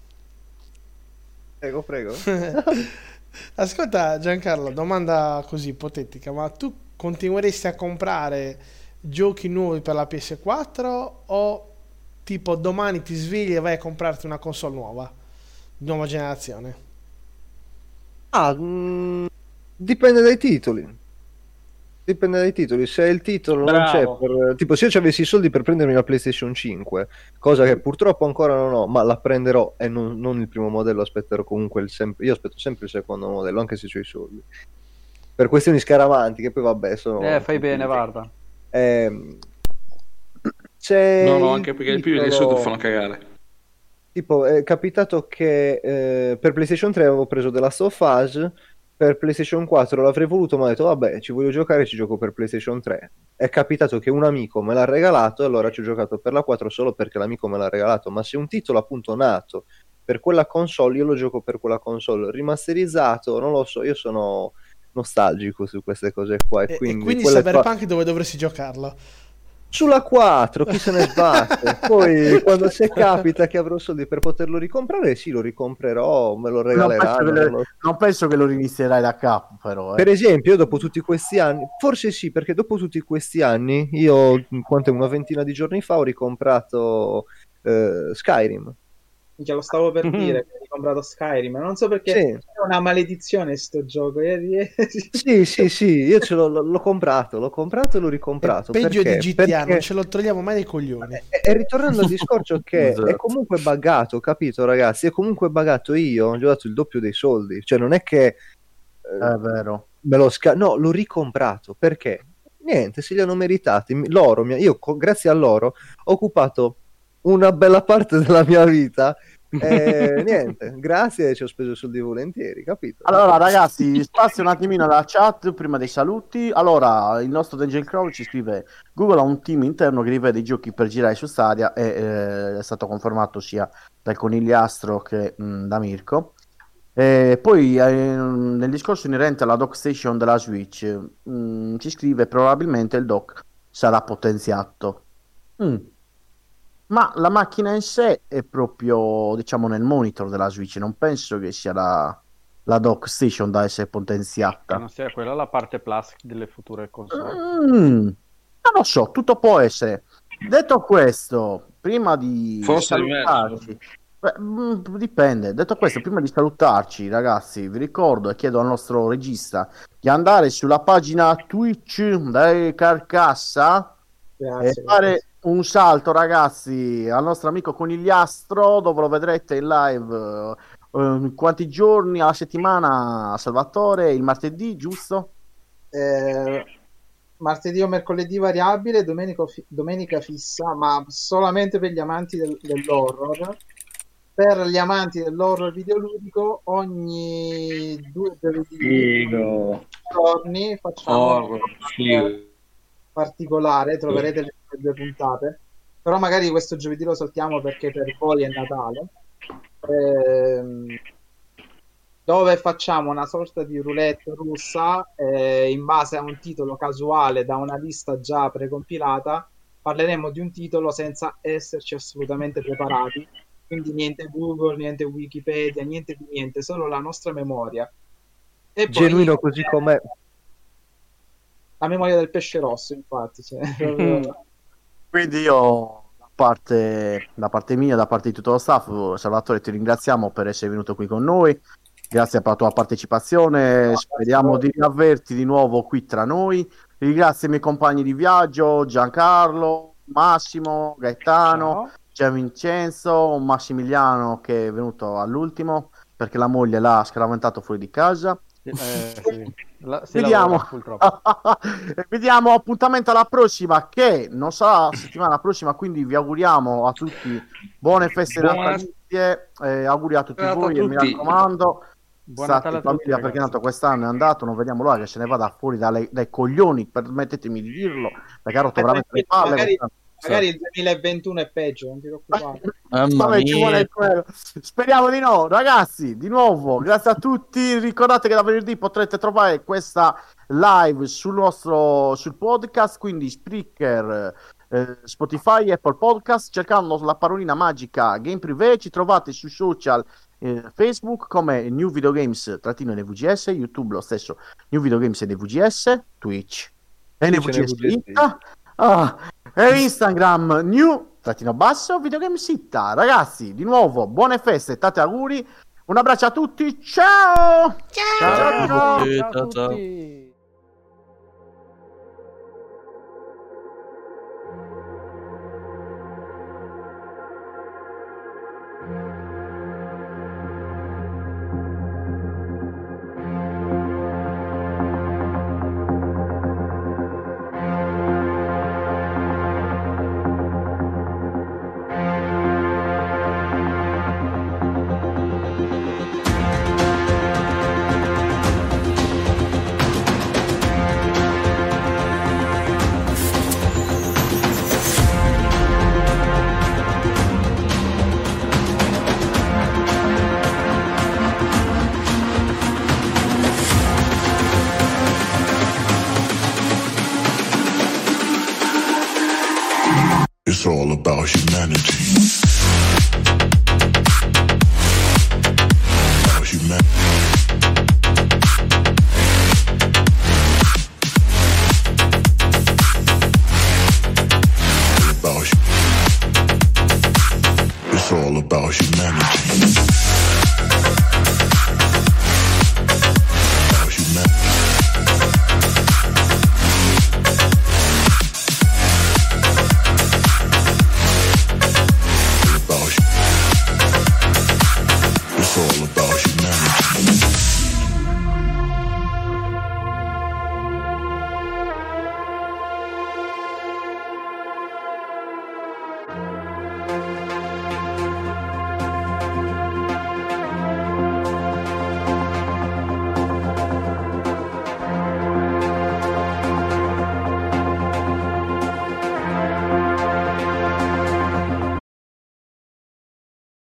C: Prego.
I: Ascolta Giancarlo, domanda così ipotetica, ma tu continueresti a comprare giochi nuovi per la PS4 o tipo domani ti svegli e vai a comprarti una console nuova generazione?
C: Dipende dai titoli. Se il titolo non c'è tipo, se io avessi i soldi per prendermi la PlayStation 5, cosa che purtroppo ancora non ho, ma la prenderò e non il primo modello, aspetterò comunque io aspetto sempre il secondo modello, anche se ho i soldi, per questioni scaramantiche. Poi vabbè,
J: fai bene, guarda.
C: C'è
H: no, anche perché il più dei soldi fanno cagare.
C: Tipo, è capitato che per PlayStation 3 avevo preso The Last of Us, per PlayStation 4 l'avrei voluto, ma ho detto vabbè, ci voglio giocare, ci gioco per PlayStation 3. È capitato che un amico me l'ha regalato e allora ci ho giocato per la 4 solo perché l'amico me l'ha regalato. Ma se un titolo appunto nato per quella console, io lo gioco per quella console. Rimasterizzato, non lo so, io sono nostalgico su queste cose qua. E
I: quindi Cyberpunk dove dovresti giocarlo?
C: Sulla 4, chi se ne sbatte. Poi quando se capita che avrò soldi per poterlo ricomprare, sì, lo ricomprerò, me lo regaleranno.
B: Non penso che lo rinizierai da capo, però.
C: Per esempio, io dopo tutti questi anni, forse sì, perché dopo tutti questi anni, io una ventina di giorni fa ho ricomprato Skyrim.
D: Lo stavo per dire che hai comprato Skyrim, non so perché è una maledizione sto gioco.
C: Sì, io l'ho comprato e l'ho ricomprato.
I: È peggio
C: perché?
I: di GTA, non ce lo togliamo mai dai coglioni.
C: E ritornando al discorso che è comunque buggato, capito ragazzi? È comunque buggato, io gli ho dato il doppio dei soldi, cioè non è che
B: è vero,
C: no, l'ho ricomprato perché niente, se li hanno meritati loro. Io grazie a loro ho occupato una bella parte della mia vita niente, grazie, ci ho speso soldi volentieri, capito?
B: Allora ragazzi, spazio un attimino la chat prima dei saluti. Allora, il nostro Dungeon Crawl ci scrive: Google ha un team interno che rivede i giochi per girare su Stadia e è stato confermato sia dal Conigliastro che da Mirko. Poi nel discorso inerente alla dock station della Switch ci scrive: probabilmente il dock sarà potenziato. Ma la macchina in sé è proprio, diciamo, nel monitor della Switch. Non penso che sia la dock station da essere potenziata.
J: Che non sia quella la parte plus delle future console.
B: Non lo so, tutto può essere. Detto questo, prima di salutarci, dipende. Detto questo, prima di salutarci, ragazzi, vi ricordo e chiedo al nostro regista di andare sulla pagina Twitch dei Carcassa e fare un salto, ragazzi, al nostro amico Conigliastro, dove lo vedrete in live quanti giorni alla settimana, Salvatore? Il martedì, giusto?
D: Martedì o mercoledì variabile, domenica fissa, ma solamente per gli amanti dell'horror. Per gli amanti dell'horror videoludico, ogni 2 giorni facciamo particolare, troverete le 2 puntate, però magari questo giovedì lo saltiamo perché per voi è Natale, dove facciamo una sorta di roulette russa in base a un titolo casuale da una lista già precompilata. Parleremo di un titolo senza esserci assolutamente preparati, quindi niente Google, niente Wikipedia, niente di niente, solo la nostra memoria. E
C: genuino
D: poi,
C: così com'è.
D: La memoria del pesce rosso, infatti.
B: Quindi io, da parte mia, da parte di tutto lo staff, Salvatore, ti ringraziamo per essere venuto qui con noi. grazie per la tua partecipazione, speriamo di riaverti di nuovo qui tra noi. Ringrazio i miei compagni di viaggio, Giancarlo, Massimo, Gaetano, Gianvincenzo, Massimiliano che è venuto all'ultimo perché la moglie l'ha scaraventato fuori di casa. Vediamo. Vediamo, appuntamento alla prossima, che non sarà la settimana prossima, quindi vi auguriamo a tutti buone feste natalizie, auguri a tutti voi e mi raccomando state in famiglia, perché tanto quest'anno è andato, non vediamo l'ora che se ne vada fuori dai coglioni, permettetemi di dirlo, perché ha rotto veramente le palle.
D: Magari il 2021 è peggio, non ti preoccupare.
B: Speriamo di no, ragazzi. Di nuovo, grazie a tutti. Ricordate che da venerdì potrete trovare questa live sul podcast, quindi Spreaker, Spotify, Apple Podcast, cercando la parolina magica Game Privé. Ci trovate su social, Facebook come New Video Games -NVGS, YouTube lo stesso New Video Games NVGS, Twitch NVGS e Instagram New_Videogamesitta. Ragazzi, di nuovo buone feste, tanti auguri, un abbraccio a tutti, ciao
G: Ciao a tutti.
M: It's all about humanity. About humanity. It's all about humanity. It's all about humanity.